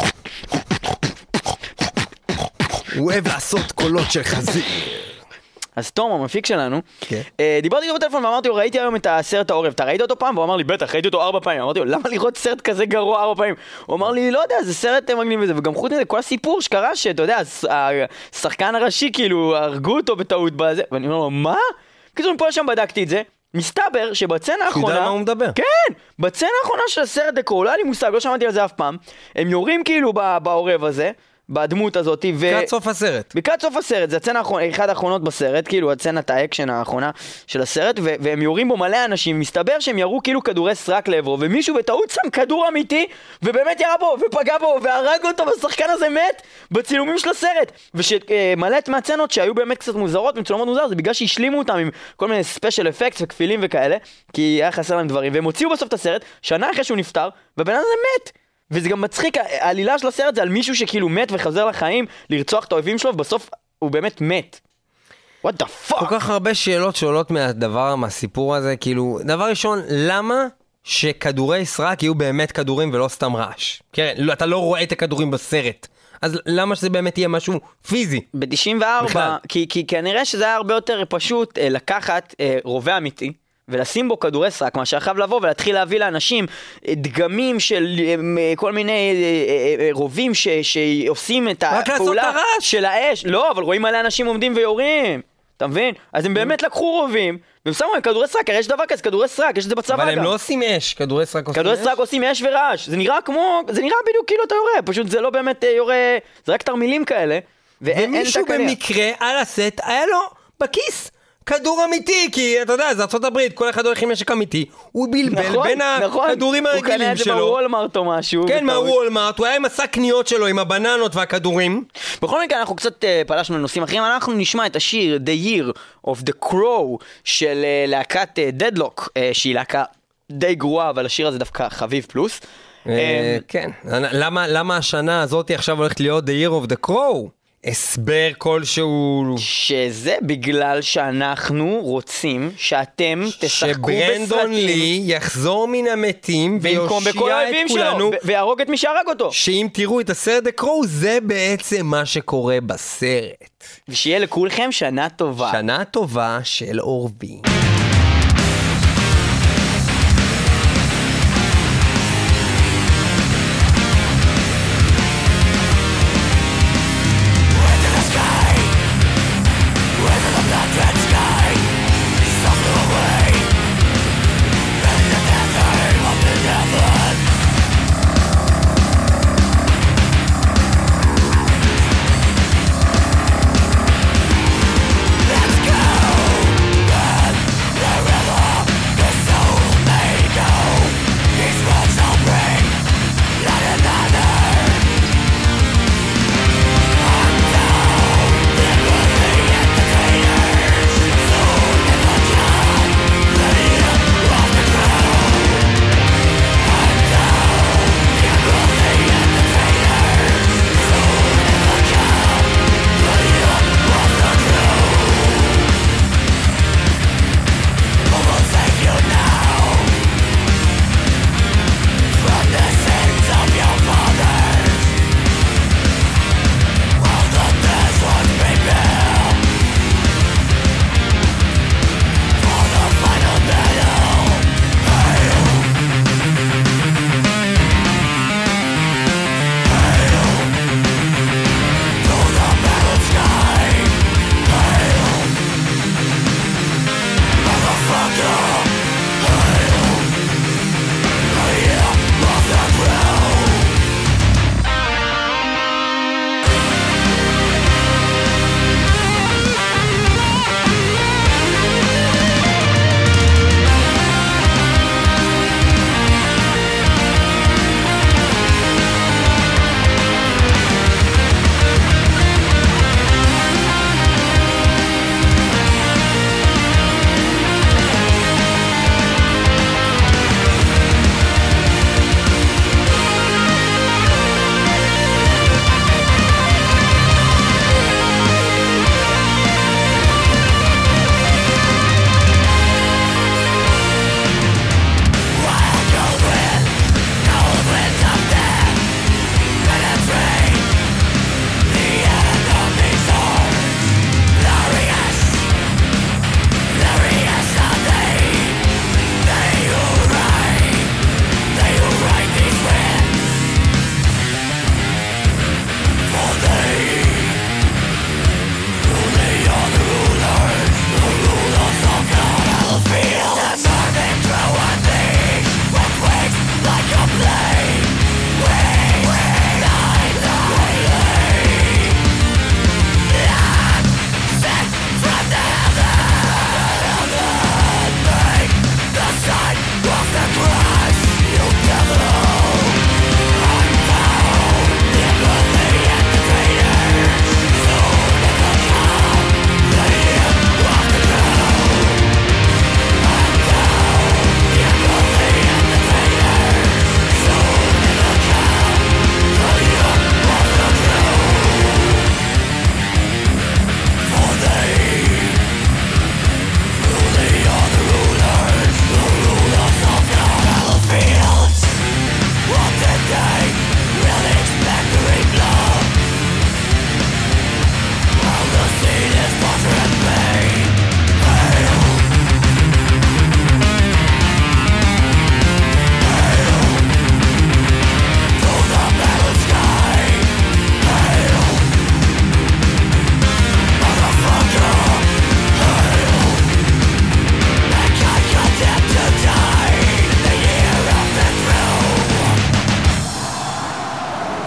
הוא אוהב לעשות קולות של חזיר. אז תום, המפיק שלנו, דיברתי איתו בטלפון ואמרתי לו, ראיתי היום את הסרט העורב, אתה ראית אותו פעם? והוא אמר לי, בטח, ראיתי אותו ארבע פעמים. אמרתי לו, למה לראות סרט כזה גרוע ארבע פעמים? הוא אמר לי, לא יודע, זה סרט מגניב וזה, וגם חוץ מזה, כל הסיפור שקרה, שאתה יודע, השחקן הראשי, כאילו, הרגו אותו בטעות בזה, ואני אומר לו, מה? כאילו, מפה לשם בדקתי את זה, מסתבר שבצנה האחרונה... שידע מה הוא מדבר. כן, בצנה האחרונה של הסרט The Crow, לא היה לי מושג, לא שמעתי על זה אף פעם. הם יורים כאילו בעורב הזה, בדמות הזאת, ו... לקראת סוף הסרט. לקראת סוף הסרט, זה הצנה אחד האחרונות בסרט, כאילו הצנת האקשן האחרונה של הסרט, ו- והם יורים בו מלא אנשים, מסתבר שהם ירו כאילו כדורי סרק לעברו, ומישהו בטעות שם כדור אמיתי, ובאמת ירה בו, ופגע בו, והרג אותו, והשחקן הזה מת בצילומים של הסרט. ושמלא את מהצנות שהיו באמת קצת מוזרות, מצולמות מוזר, זה בגלל שהשלימו אותם עם כל מיני ספיישל אפקטס וכפילים וכאלה, כי היה חסר להם דברים, והם הוציאו בסוף את הסרט, שנה אחרי שהוא נפטר, והבן הזה מת. וזה גם מצחיק, העלילה של הסרט זה על מישהו שכאילו מת וחזר לחיים לרצוח את האויבים שלו, ובסוף הוא באמת מת. What the fuck? כל כך הרבה שאלות שעולות מהדבר, מהסיפור הזה, כאילו, דבר ראשון, למה שכדורי סרק יהיו באמת כדורים ולא סתם רעש? כן, לא, אתה לא רואה את הכדורים בסרט. אז למה שזה באמת יהיה משהו פיזי? ב-תשעים וארבע, כי, כי כנראה שזה היה הרבה יותר פשוט אה, לקחת אה, רובה אמיתי, ולשים בו כדורי סרק, מה שאחב לבוא ולהתחיל להביא לאנשים דגמים של כל מיני רובים שעושים את הפעולה של האש. לא, אבל רואים מלא אנשים עומדים ויורים. אתה מבין? אז הם באמת לקחו רובים, והם שמו כדורי סרק, הרי יש דבר כזה, כדורי סרק, יש את זה בצבא גם. אבל הם לא עושים אש, כדורי סרק עושים אש. כדורי סרק עושים אש ורעש. זה נראה כמו, זה נראה בדיוק כאילו אתה יורה, פשוט זה לא באמת יורה, זה רק תרמילים כאלה. ומישהו במקרה על הסט היה לו בכיס כדור אמיתי, כי אתה יודע, זה ארצות הברית, כל אחד הולך עם נשק אמיתי, הוא בלבל נכון, בין נכון. הכדורים הרגילים שלו. הוא קנה את זה בוולמרט או משהו. כן, מהוולמרט, הוא היה עם מסע קניות שלו, עם הבננות והכדורים. בכל מקרה, אנחנו קצת uh, פלשנו לנושאים אחרים, אנחנו נשמע את השיר The Year of the Crow של uh, להקת uh, Deadlock, uh, שהיא להקה די גרועה, אבל השיר הזה דווקא חביב פלוס. כן, למה השנה הזאת עכשיו הולכת להיות The Year of the Crow? הסבר כלשהו... שזה בגלל שאנחנו רוצים שאתם תשחקו בסרטים. שברנדון לי יחזור מן המתים ויושיע את כולנו. ויהרוג את מי שהרג אותו. שאם תראו את הסרט The Crow, זה בעצם מה שקורה בסרט. ושיהיה לכולכם שנה טובה. שנה טובה של אורבי.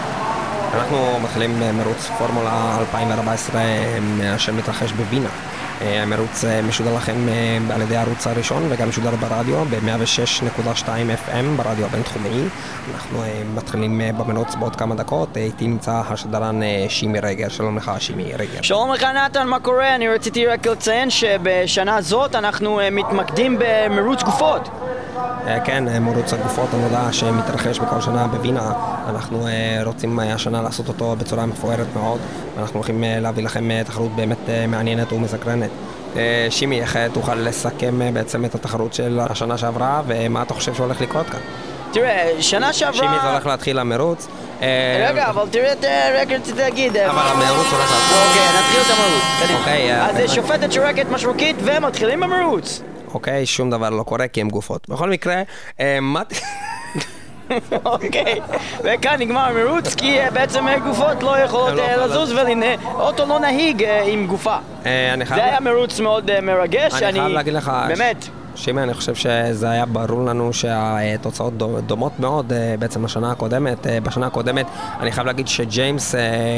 אנחנו מתחילים מרוץ פורמולה אלפיים וארבע עשרה שמתרחש בווינה. המרוץ משודר לכם על ידי הערוץ הראשון וגם משודר ברדיו ב-מאה ושש נקודה שתיים אף אם ברדיו הבינתחומי. אנחנו מתחילים במרוץ בעוד כמה דקות. איתי נמצא השדרן שימי רגר. שלום לך שימי רגר. שלום לך נתן, מה קורה? אני רציתי רק לציין שבשנה הזאת אנחנו מתמקדים במרוץ גופות. כן, מרוץ הגופות הנודע שמתרחש בכל שנה בווינה. אנחנו רוצים השנה לעשות אותו בצורה מפוארת מאוד, ואנחנו הולכים להביא לכם תחרות באמת מעניינת ומסקרנת. שימי, איך תוכל לסכם בעצם את התחרות של השנה שעברה, ומה אתה חושב שהולך לקרות כאן? תראה, שנה שעברה... שימי, זה הולך להתחיל המרוץ. רגע, אבל תראה את רק רציתי להגיד... אבל המרוץ הולך להתחיל. אוקיי, נתחיל את המרוץ. אוקיי. אז שופטת שורקת משרוקית ומתחילים במרוץ. אוקיי, שום דבר לא קורה כי הם גופות. בכל מקרה, מה... אוקיי, וכאן נגמר המרוץ כי בעצם גופות לא יכולות לזוז ואוטו לא נהיג עם גופה. זה היה מרוץ מאוד מרגש. אני חייב להגיד לך... באמת. שימי, אני חושב שזה היה ברור לנו שהתוצאות דומות מאוד בעצם לשנה הקודמת. בשנה הקודמת אני חייב להגיד שג'יימס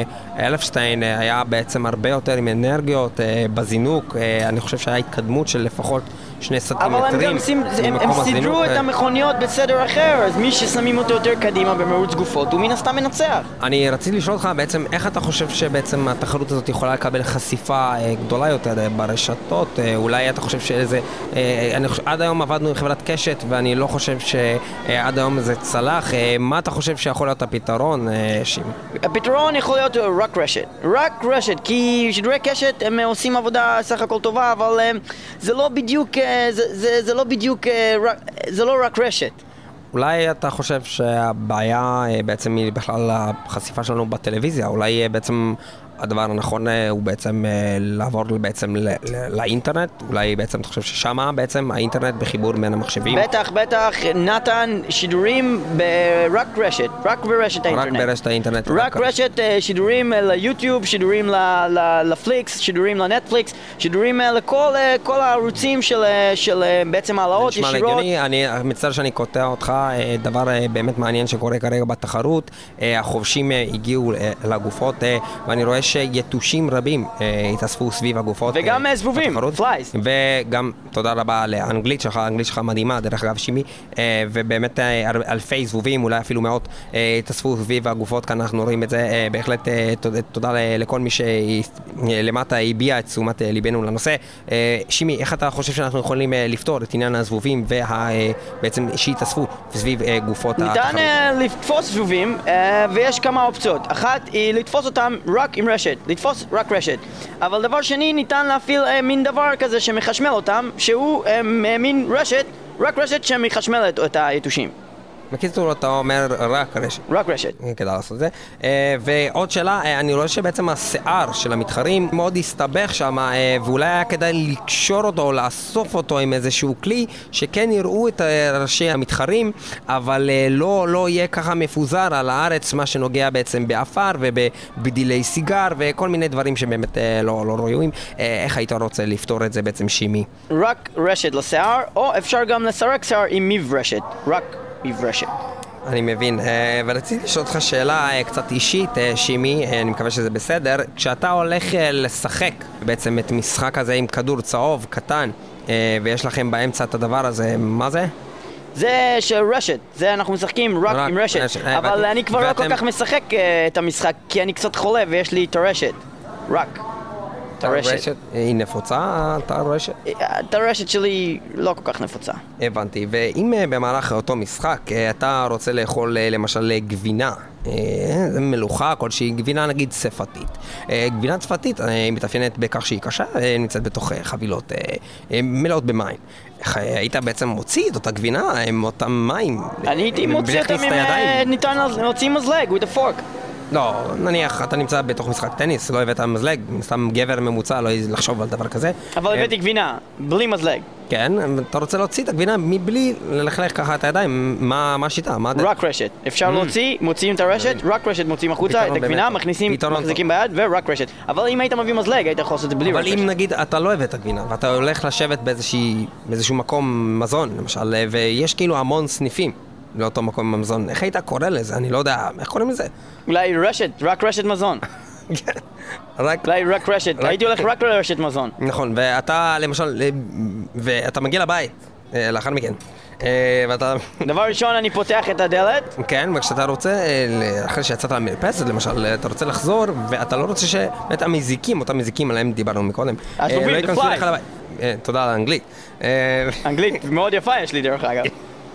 אלפשטיין היה בעצם הרבה יותר עם אנרגיות בזינוק. אני חושב שהיה התקדמות של לפחות שני סנטימטרים. אבל הם גם סימ... הם, הם סידרו את המכוניות בסדר אחר, אז מי ששמים אותו יותר קדימה במרוץ גופות הוא מן הסתם מנצח. אני רציתי לשאול אותך בעצם איך אתה חושב שבעצם התחרות הזאת יכולה לקבל חשיפה גדולה יותר ברשתות. אולי אתה חושב שאיזה... אני חושב, עד היום עבדנו עם חברת קשת ואני לא חושב שעד היום זה צלח. מה אתה חושב שיכול להיות הפתרון, שימי? הפתרון יכול להיות רק רשת. רק רשת, כי שידורי קשת הם עושים עבודה סך הכל טובה, אבל זה לא בדיוק... זה, זה, זה לא בדיוק, זה לא רק רשת. אולי אתה חושב שהבעיה בעצם היא בכלל החשיפה שלנו בטלוויזיה, אולי בעצם הדבר הנכון הוא בעצם לעבור בעצם לאינטרנט, אולי בעצם אתה חושב ששמה בעצם האינטרנט בחיבור בין המחשבים? בטח, בטח, נתן, שידורים ברק רשת, רק ברשת האינטרנט. רק ברשת האינטרנט. רק רשת, שידורים ליוטיוב, שידורים לפליקס, שידורים לנטפליקס, שידורים לכל הערוצים של בעצם העלאות ישירות. נשמע לגיוני, אני מצטער שאני קוטע אותך, דבר באמת מעניין שקורה כרגע בתחרות, החובשים הגיעו לגופות ואני רואה שיתושים רבים התאספו סביב הגופות. וגם זבובים, פלייז. וגם תודה רבה לאנגלית שלך, האנגלית שלך מדהימה, דרך אגב שימי, ובאמת אלפי זבובים, אולי אפילו מאות, התאספו סביב הגופות, כאן אנחנו רואים את זה, בהחלט תודה לכל מי שלמטה הביע את תשומת ליבנו לנושא. שימי, איך אתה חושב שאנחנו יכולים לפתור את עניין הזבובים ובעצם שהתאספו סביב גופות התחרות? ניתן לתפוס זבובים, ויש כמה אופציות. אחת היא לתפוס אותם רק עם רשת, לתפוס רק רשת. אבל דבר שני, ניתן להפעיל אה, מין דבר כזה שמחשמל אותם, שהוא אה, מין רשת, רק רשת שמחשמלת את היתושים. בקיצור, אתה אומר רק רשת. רק רשת. כדאי לעשות את זה. ועוד שאלה, אני רואה שבעצם השיער של המתחרים מאוד הסתבך שם, ואולי היה כדאי לקשור אותו או לאסוף אותו עם איזשהו כלי, שכן יראו את ראשי המתחרים, אבל לא, לא יהיה ככה מפוזר על הארץ, מה שנוגע בעצם באפר ובדילי סיגר וכל מיני דברים שבאמת לא, לא רואים. איך היית רוצה לפתור את זה בעצם, שימי? רק רשת לשיער, או אפשר גם לסרק שיער עם מיב רשת. רק מברשת. אני מבין, ורציתי לשאול אותך שאלה קצת אישית, שימי, אני מקווה שזה בסדר. כשאתה הולך לשחק בעצם את משחק הזה עם כדור צהוב קטן, ויש לכם באמצע את הדבר הזה, מה זה? זה של רשת, זה אנחנו משחקים רק, רק עם רשת, רשת. אבל אני כבר ואתם... לא כל כך משחק את המשחק, כי אני קצת חולה ויש לי את הרשת, רק. הרשת היא נפוצה, את הרשת? את הרשת שלי לא כל כך נפוצה. הבנתי, ואם במהלך אותו משחק אתה רוצה לאכול למשל גבינה, מלוכה כלשהי, גבינה נגיד צפתית. גבינה צפתית מתאפיינת בכך שהיא קשה, נמצאת בתוך חבילות מלאות במים. היית בעצם מוציא את אותה גבינה עם אותם מים? אני הייתי מוציא אותם אם ניתן להוציא מזלג with a fork. לא, נניח, אתה נמצא בתוך משחק טניס, לא הבאת מזלג, סתם גבר ממוצע, לא לחשוב על דבר כזה. אבל הבאתי גבינה, בלי מזלג. כן, אתה רוצה להוציא את הגבינה מבלי ללכלך ככה את הידיים, מה השיטה? רק רשת. אפשר להוציא, מוציאים את הרשת, רק רשת מוציאים החוצה, את הגבינה, מכניסים, מחזיקים ביד, ורק רשת. אבל אם היית מביא מזלג, היית יכול לעשות את זה בלי רק רשת. אבל אם נגיד, אתה לא הבאת גבינה, ואתה הולך לשבת באיזשהו מקום מזון, למשל, ויש כאילו המון סניפים לאותו מקום במזון, איך היית קורא לזה? אני לא יודע, איך קוראים לזה? אולי רשת, רק רשת מזון. רק... רק רשת, הייתי הולך רק לרשת מזון. נכון, ואתה למשל, ואתה מגיע לבית, לאחר מכן. ואתה... דבר ראשון, אני פותח את הדלת. כן, וכשאתה רוצה, אחרי שיצאת למרפסת למשל, אתה רוצה לחזור, ואתה לא רוצה שבאמת המזיקים, אותם מזיקים עליהם דיברנו מקודם, אז תוביל, the flies. תודה על האנגלית. אנגלית מאוד יפה יש לי דרך אגב.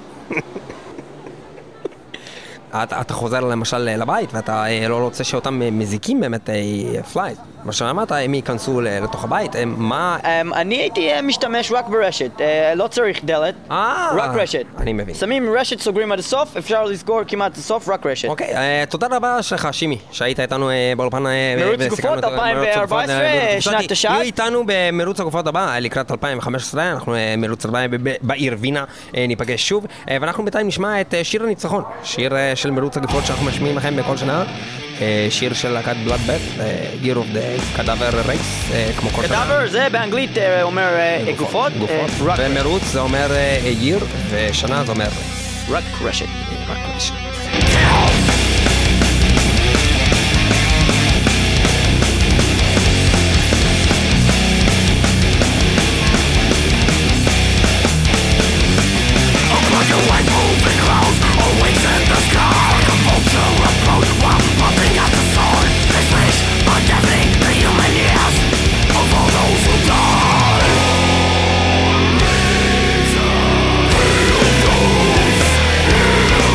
אתה, אתה חוזר למשל לבית ואתה לא רוצה שאותם מזיקים באמת פלייז. מה שאמרת, הם ייכנסו לתוך הבית, מה... אני הייתי משתמש רק ברשת, לא צריך דלת, רק רשת. אני מבין. שמים רשת, סוגרים עד הסוף, אפשר לסגור כמעט עד הסוף, רק רשת. אוקיי, תודה רבה שלך, שימי, שהיית איתנו באולפן... מרוץ גופות אלפיים וארבע עשרה, שנת תשעת. יהיו איתנו במרוץ הגופות הבא, לקראת אלפיים וחמש עשרה, אנחנו מרוץ הבא בעיר וינה, ניפגש שוב, ואנחנו בינתיים נשמע את שיר הניצחון, שיר של מרוץ הגופות שאנחנו משמיעים לכם בכל שנה. שיר של להקת Bloodbath, Year of the Cadaver Race, כמו כל שנה. Cadaver זה באנגלית אומר גופות, ומרוץ זה אומר year, ושנה זה אומר רק רשת. רק רשת. Of all those who die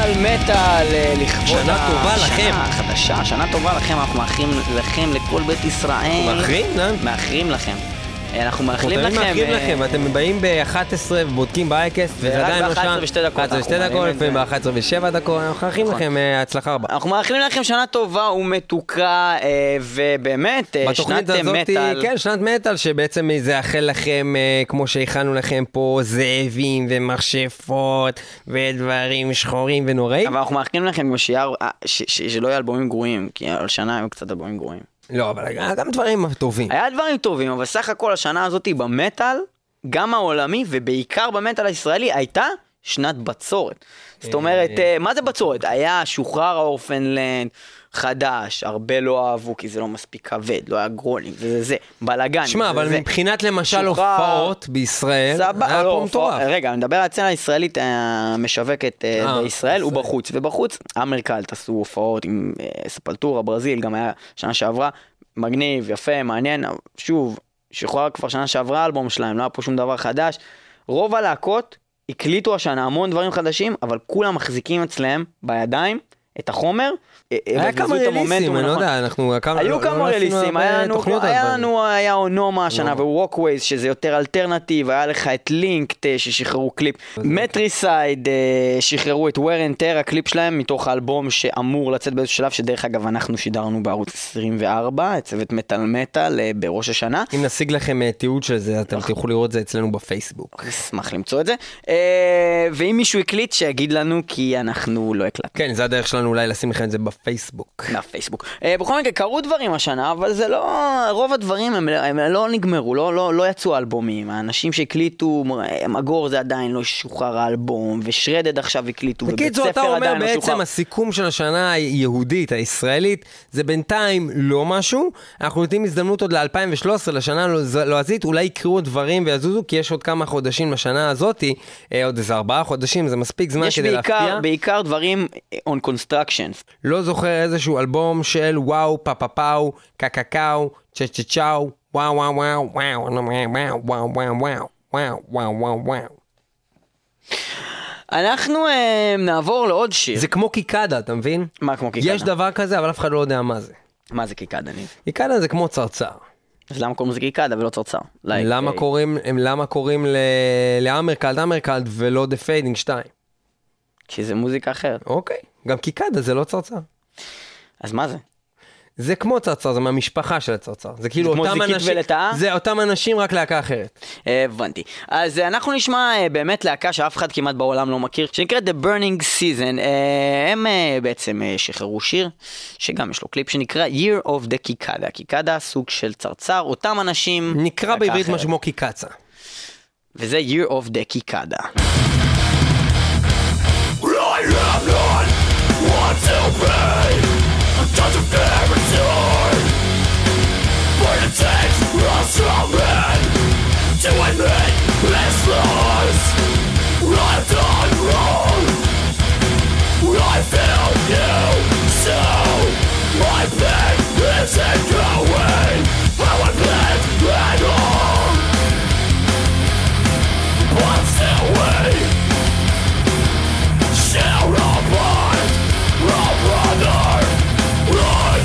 מטל מטל לכבוד שנה טובה לכם. החדשה, שנה טובה לכם, אנחנו מאחלים לכם, לכל בית ישראל. מאחרים? מאחרים לכם. אנחנו מאחלים לכם. מאחרים לכם, אתם באים ב-אחת עשרה ובודקים בייקס, וזה עדיין לא שם. ב-אחת עשרה ושתי דקות. אחת עשרה ושתי דקות, לפעמים ב-אחת עשרה ושבע דקות, אנחנו מאחלים לכם הצלחה רבה. אנחנו מאחלים לכם שנה טובה ומתוקה, ובאמת, שנת מטל. כן, שנת מטל, שבעצם זה יאחל לכם, כמו שהכנו לכם פה, זאבים ומכשפות, ודברים שחורים ונוראים. אבל אנחנו מאחלים לכם שלא יהיו אלבומים גרועים, כי על שנה הם קצת אלבומים גרועים. לא, אבל גם דברים טובים. היה דברים טובים, אבל סך הכל השנה הזאת במטל, גם העולמי ובעיקר במטל הישראלי, הייתה שנת בצורת. זאת אומרת, מה זה בצורת? היה שוחרר האורפנלנד, חדש, הרבה לא אהבו כי זה לא מספיק כבד, לא היה גרולים, זה זה, בלגן. שמע, אבל מבחינת למשל הופעות בישראל, היה פה מטורף. רגע, אני מדבר על הצנה הישראלית המשווקת בישראל, ובחוץ, ובחוץ, אמריקל תעשו הופעות עם ספלטורה, ברזיל, גם היה שנה שעברה, מגניב, יפה, מעניין, שוב, שוחרר כבר שנה שעברה אלבום שלהם, לא היה פה שום דבר חדש. רוב הלהקות הקליטו השנה המון דברים חדשים, אבל כולם מחזיקים אצלם בידיים את החומר. היה כמה רליסים, אני לא יודע, אנחנו... היו כמה רליסים, היה לנו, היה אונומה השנה, וווקווייז, שזה יותר אלטרנטיב, היה לך את לינקט ששחררו קליפ, מטריסייד שחררו את וויר אנד טר, הקליפ שלהם, מתוך האלבום שאמור לצאת באיזשהו שלב, שדרך אגב אנחנו שידרנו בערוץ עשרים וארבע, את צוות מטל מטל בראש השנה. אם נשיג לכם תיעוד של זה, אתם תוכלו לראות את זה אצלנו בפייסבוק. אשמח למצוא את זה. ואם מישהו הקליט, שיגיד לנו, כי אנחנו לא הקלטנו. כן, זה הדרך שלנו אולי לשים לכם את זה בפייסבוק. בפייסבוק. בכל מקרה, קרו דברים השנה, אבל זה לא, רוב הדברים הם, הם לא נגמרו, לא, לא, לא יצאו אלבומים. האנשים שהקליטו, מגור זה עדיין לא שוחרר האלבום, ושרדד עכשיו הקליטו, ובית ספר עדיין לא שוחרר. אתה אומר בעצם הסיכום של השנה היהודית, הישראלית, זה בינתיים לא משהו. אנחנו נותנים הזדמנות עוד ל-אלפיים ושלוש עשרה, לשנה לועזית, אולי יקראו דברים ויזוזו, כי יש עוד כמה חודשים לשנה הזאת, עוד איזה ארבעה חודשים, זה מספיק זמן כדי להפתיע. יש בעיקר, בעיקר דברים on construction. לא זוכר איזשהו אלבום של וואו, פאפה פאו, קקקאו, צ'ה צ'ה צ'או, וואו וואו וואו, וואו וואו וואו וואו וואו וואו וואו וואו. אנחנו נעבור לעוד שיר. זה כמו קיקדה, אתה מבין? מה כמו קיקדה? יש דבר כזה, אבל אף אחד לא יודע מה זה. מה זה קיקדה, ניב? קיקדה זה כמו צרצר. אז למה קוראים לזה קיקדה ולא צרצר? למה קוראים, למה קוראים לאמרקלד אמרקלד ולא The Fading שתיים? כי זה מוזיקה אחרת. אוקיי, גם קיקדה זה לא צרצר. אז מה זה? זה כמו צרצר, זה מהמשפחה של הצרצר. זה כאילו זה אותם אנשים, ולטעה? זה אותם אנשים רק להקה אחרת. הבנתי. אז אנחנו נשמע באמת להקה שאף אחד כמעט בעולם לא מכיר, שנקראת The Burning Season. הם בעצם שחררו שיר, שגם יש לו קליפ שנקרא Year of the קיקדה. קיקדה סוג של צרצר, אותם אנשים... נקרא בעברית משהו כמו קיקצה. וזה Year of the קיקדה. I am not one to pay. I'm done to bear it too hard. But it takes a strong man to admit his flaws. I've done wrong. I failed you so. My pain isn't going. I would live at all. But still wait. Shall apart, oh brother, run.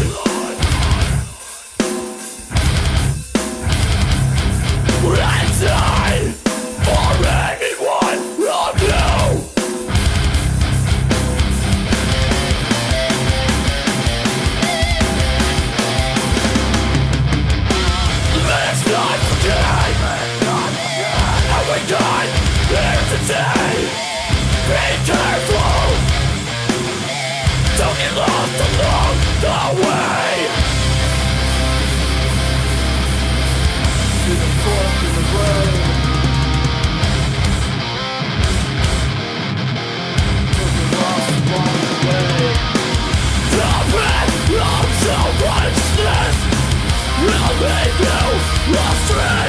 And die for anyone of you. Let's not forget how we died here today. Be careful, don't get lost along the way. See the fork in the road. Took it lost along the way. The path of self-righteousness will make you astray.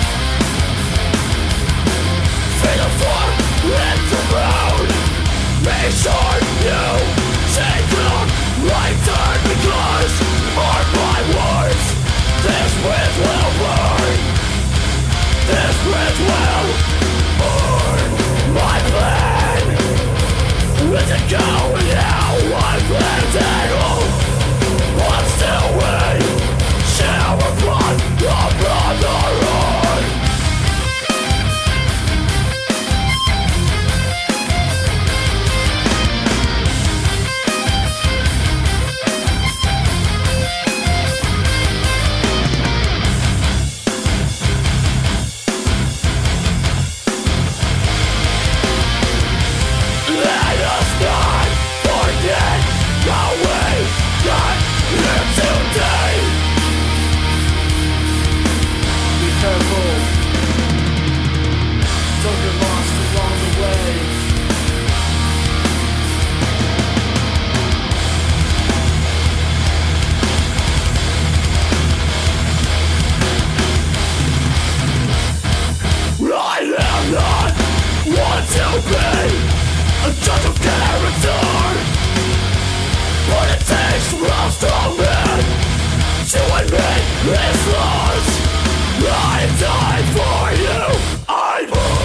See the fork in the road. Make sure you take them right turn, because mark my words, this bridge will burn. This bridge will burn. My plan is to go is lost. I died for you. I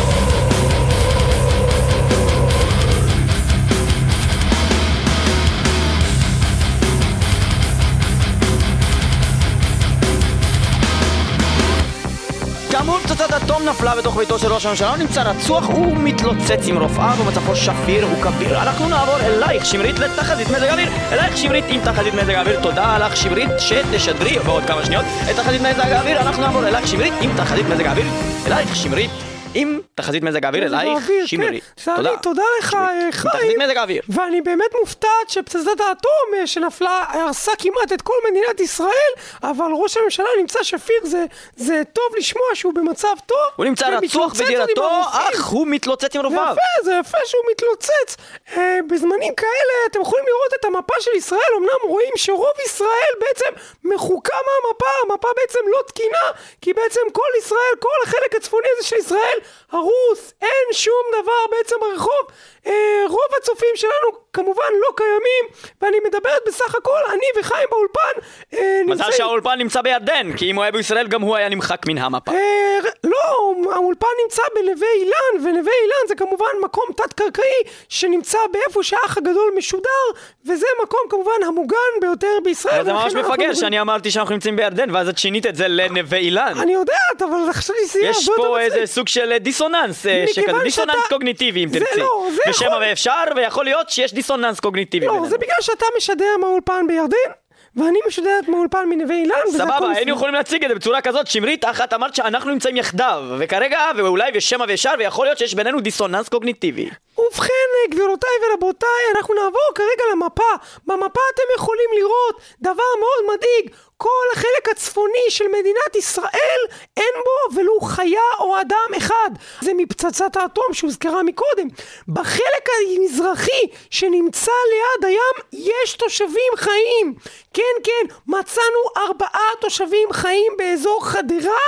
כאמור, פצצת אטום נפלה בתוך ביתו של ראש הממשלה, הוא נמצא רצוח ומתלוצץ עם רופאיו ומצבו שפיר וכביר. אנחנו נעבור אלייך שמרית לתחזית מזג האוויר. אלייך שמרית עם תחזית מזג האוויר. תודה לך שמרית שתשדרי בעוד כמה שניות את תחזית מזג האוויר. אנחנו נעבור אלייך שמרית עם תחזית מזג האוויר. אלייך שמרית עם תחזית מזג האוויר. אלייך שמרית. תודה. תודה לך חיים. תחזית מזג האוויר. ואני באמת מופתעת שפצצת האטום שנפלה הרסה כמעט את כל מדינת ישראל, אבל ראש הממשלה נמצא שפיר. זה זה טוב לשמוע שהוא במצב טוב. הוא נמצא רצוח בדירתו, אך הוא מתלוצץ עם רופאיו. זה יפה, זה יפה שהוא מתלוצץ. אה, בזמנים כאלה אתם יכולים לראות את המפה של ישראל. אמנם רואים שרוב ישראל בעצם מחוקה מהמפה. המפה בעצם לא תקינה, כי בעצם כל ישראל, כל החלק הצפוני הזה של ישראל הרוס, אין שום דבר בעצם ברחוב. אה, רוב הצופים שלנו כמובן לא קיימים, ואני מדברת בסך הכל, אני וחיים באולפן אה, מזל נמצא... שהאולפן נמצא בירדן, כי אם הוא היה בישראל גם הוא היה נמחק מן המפה. אה, לא, האולפן נמצא בנווה אילן, ונווה אילן זה כמובן מקום תת-קרקעי שנמצא באיפה שהאח הגדול משודר, וזה מקום כמובן המוגן ביותר בישראל. אבל זה ממש מפגר שאני אמרתי שאנחנו נמצאים בירדן, ואז את שינית את זה לנווה אילן. אני יודעת, אבל חשבתי שזה יש פה איזה סוג של דיסוננס, שכזה דיסוננס קוגניטיבי אם תרצי. ושמה ואפשר, ויכול להיות שיש דיסוננס קוגניטיבי. לא, זה בגלל שאתה משדר מהאולפן בירדן, ואני משודרת מהאולפן מנווה אילן. סבבה, היינו יכולים להציג את זה בצורה כזאת. שמרית, אחת אמרת שאנחנו נמצאים יחדיו, וכרגע, ואולי ושמה ואפשר, ויכול להיות שיש בינינו דיסוננס קוגניטיבי. ובכן, גבירותיי ורבותיי, אנחנו נעבור כרגע למפה. במפה אתם יכולים לראות דבר מאוד מדאיג. כל החלק הצפוני של מדינת ישראל אין בו ולו חיה או אדם אחד. זה מפצצת האטום שהוזכרה מקודם. בחלק המזרחי שנמצא ליד הים יש תושבים חיים. כן, כן, מצאנו ארבעה תושבים חיים באזור חדרה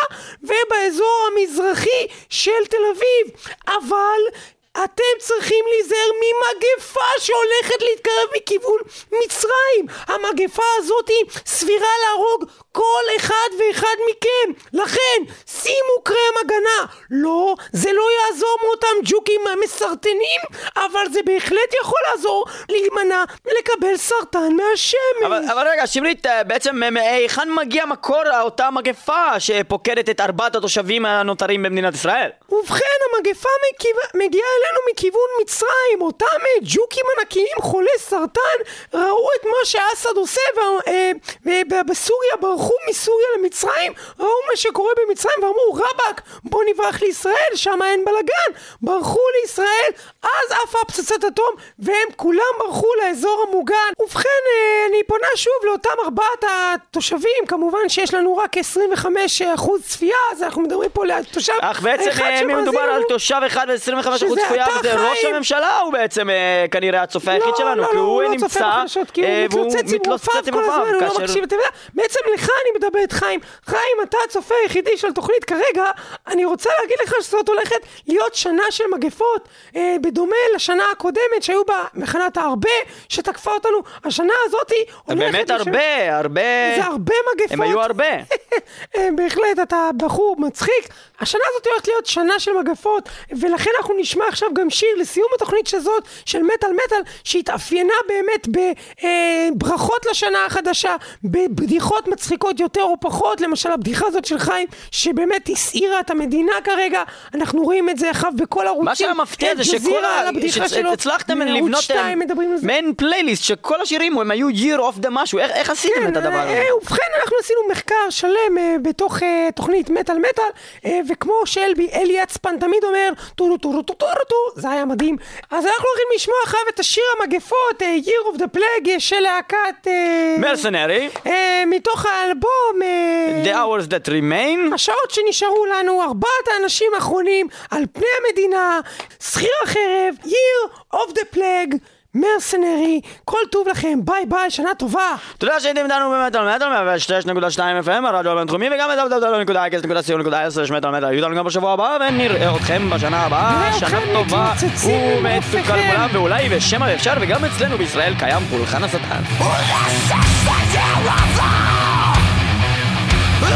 ובאזור המזרחי של תל אביב. אבל אתם צריכים להיזהר ממגפה שהולכת להתקרב מכיוון מצרים. המגפה הזאת היא סבירה להרוג כל אחד ואחד מכם. לכן שימו קרם הגנה. לא, זה לא יעזור מאותם ג'וקים מסרטנים, אבל זה בהחלט יכול לעזור להימנע לקבל סרטן מהשמש. אבל, אבל רגע, שמרית, בעצם היכן מגיע מקור אותה מגפה שפוקדת את ארבעת התושבים הנותרים במדינת ישראל? ובכן, המגפה מגיעה אלינו מכיוון מצרים. אותם ג'וקים ענקיים חולי סרטן ראו את מה שאסד עושה ובסוריה ברחו מסוריה למצרים, ראו מה שקורה במצרים ואמרו רבק בוא נברח לישראל, שם אין בלגן. ברחו לישראל, אז אף הפצצת אטום והם כולם ברחו לאזור המוגן. ובכן, אני פונה שוב לאותם ארבעת התושבים. כמובן שיש לנו רק עשרים וחמישה אחוז צפייה, אז אנחנו מדברים פה לתושב אך בעצם מי מדובר על תושב אחד ו-עשרים וחמישה אחוז צפייה, וזה ראש הממשלה הוא בעצם כנראה הצופה היחיד שלנו, כי הוא נמצא והוא מתלוצץ עם רופאיו. בעצם לך אני מדברת חיים. חיים, אתה הצופה היחידי של תוכנית כרגע. אני רוצה להגיד לך שזאת הולכת להיות שנה של מגפות, בדומה לשנה הקודמת שהיו בה מחנת הרבה שתקפה אותנו. השנה הזאת באמת הרבה, הרבה זה הרבה מגפות. הם היו הרבה. בהחלט, אתה בחור מצחיק. השנה הזאת הולכת להיות שנה של מגפות, ולכן אנחנו נשמע עכשיו גם שיר לסיום התוכנית שזאת של מטל מטל, שהתאפיינה באמת בברכות לשנה החדשה, בבדיחות מצחיקות יותר או פחות. למשל הבדיחה הזאת של חיים שבאמת הסעירה את המדינה כרגע, אנחנו רואים את זה אחר בכל ערוצים. מה שהמפתיע זה שכל הצלחתם לבנות מעין פלייליסט שכל השירים הם היו year of the משהו. איך עשיתם את הדבר הזה? ובכן, אנחנו עשינו מחקר שלם בתוך תוכנית מטל מטל, וכמו שאלבי אלי אצפן תמיד אומר טורו טורו טורו טורו, זה היה מדהים. אז אנחנו הולכים לשמוע אחריו את השיר המגפות year of the plague של להקת מרסנרי, מתוך האלבום The Hours That Remain, השעות שנשארו לנו, ארבעת האנשים האחרונים על פני המדינה, שכיר החרב, year of the plague, מרסנרי. כל טוב לכם, ביי ביי, שנה טובה. תודה שהייתם איתנו במטל מטל מאה ושש נקודה שתיים אף אם, הרדיו הבינתחומי, וגם את דאבליו נקודה אקס נקודה סי או נקודה עשר מטל מטל. יהיו לנו גם בשבוע הבא, ונראה אתכם בשנה הבאה. שנה טובה ומצוקה לכולם, ואולי ושמה ואפשר, וגם אצלנו בישראל קיים פולחן השטן.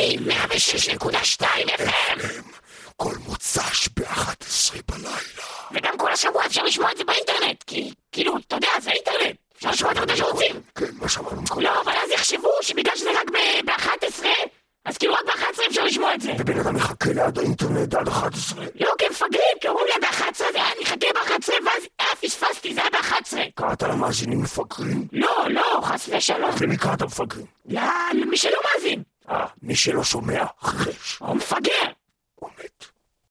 גלים מאה ושש נקודה שתיים אף אם. כל מוצ"ש ב-אחת עשרה בלילה. וגם כל השבוע אפשר לשמוע את זה באינטרנט, כי כאילו, אתה יודע, זה האינטרנט. אפשר לשמוע את זה שרוצים. כן, מה שמענו? לא, אבל אז יחשבו שבגלל שזה רק ב-אחת עשרה, אז כאילו רק ב-אחת עשרה אפשר לשמוע את זה. ובן אדם מחכה ליד האינטרנט עד אחת עשרה. לא, כן, מפגרים, כי אומרים לה ב-אחת עשרה, זה היה נחכה ב-אחת עשרה, ואז אה, פספסתי, זה היה ב-אחת עשרה. קראת למאזינים מפגרים? לא, לא, חס ושלום. למי קראת מפגרים? למי שלא מאזין. אה, מי שלא שומע, חרש. או מפגר.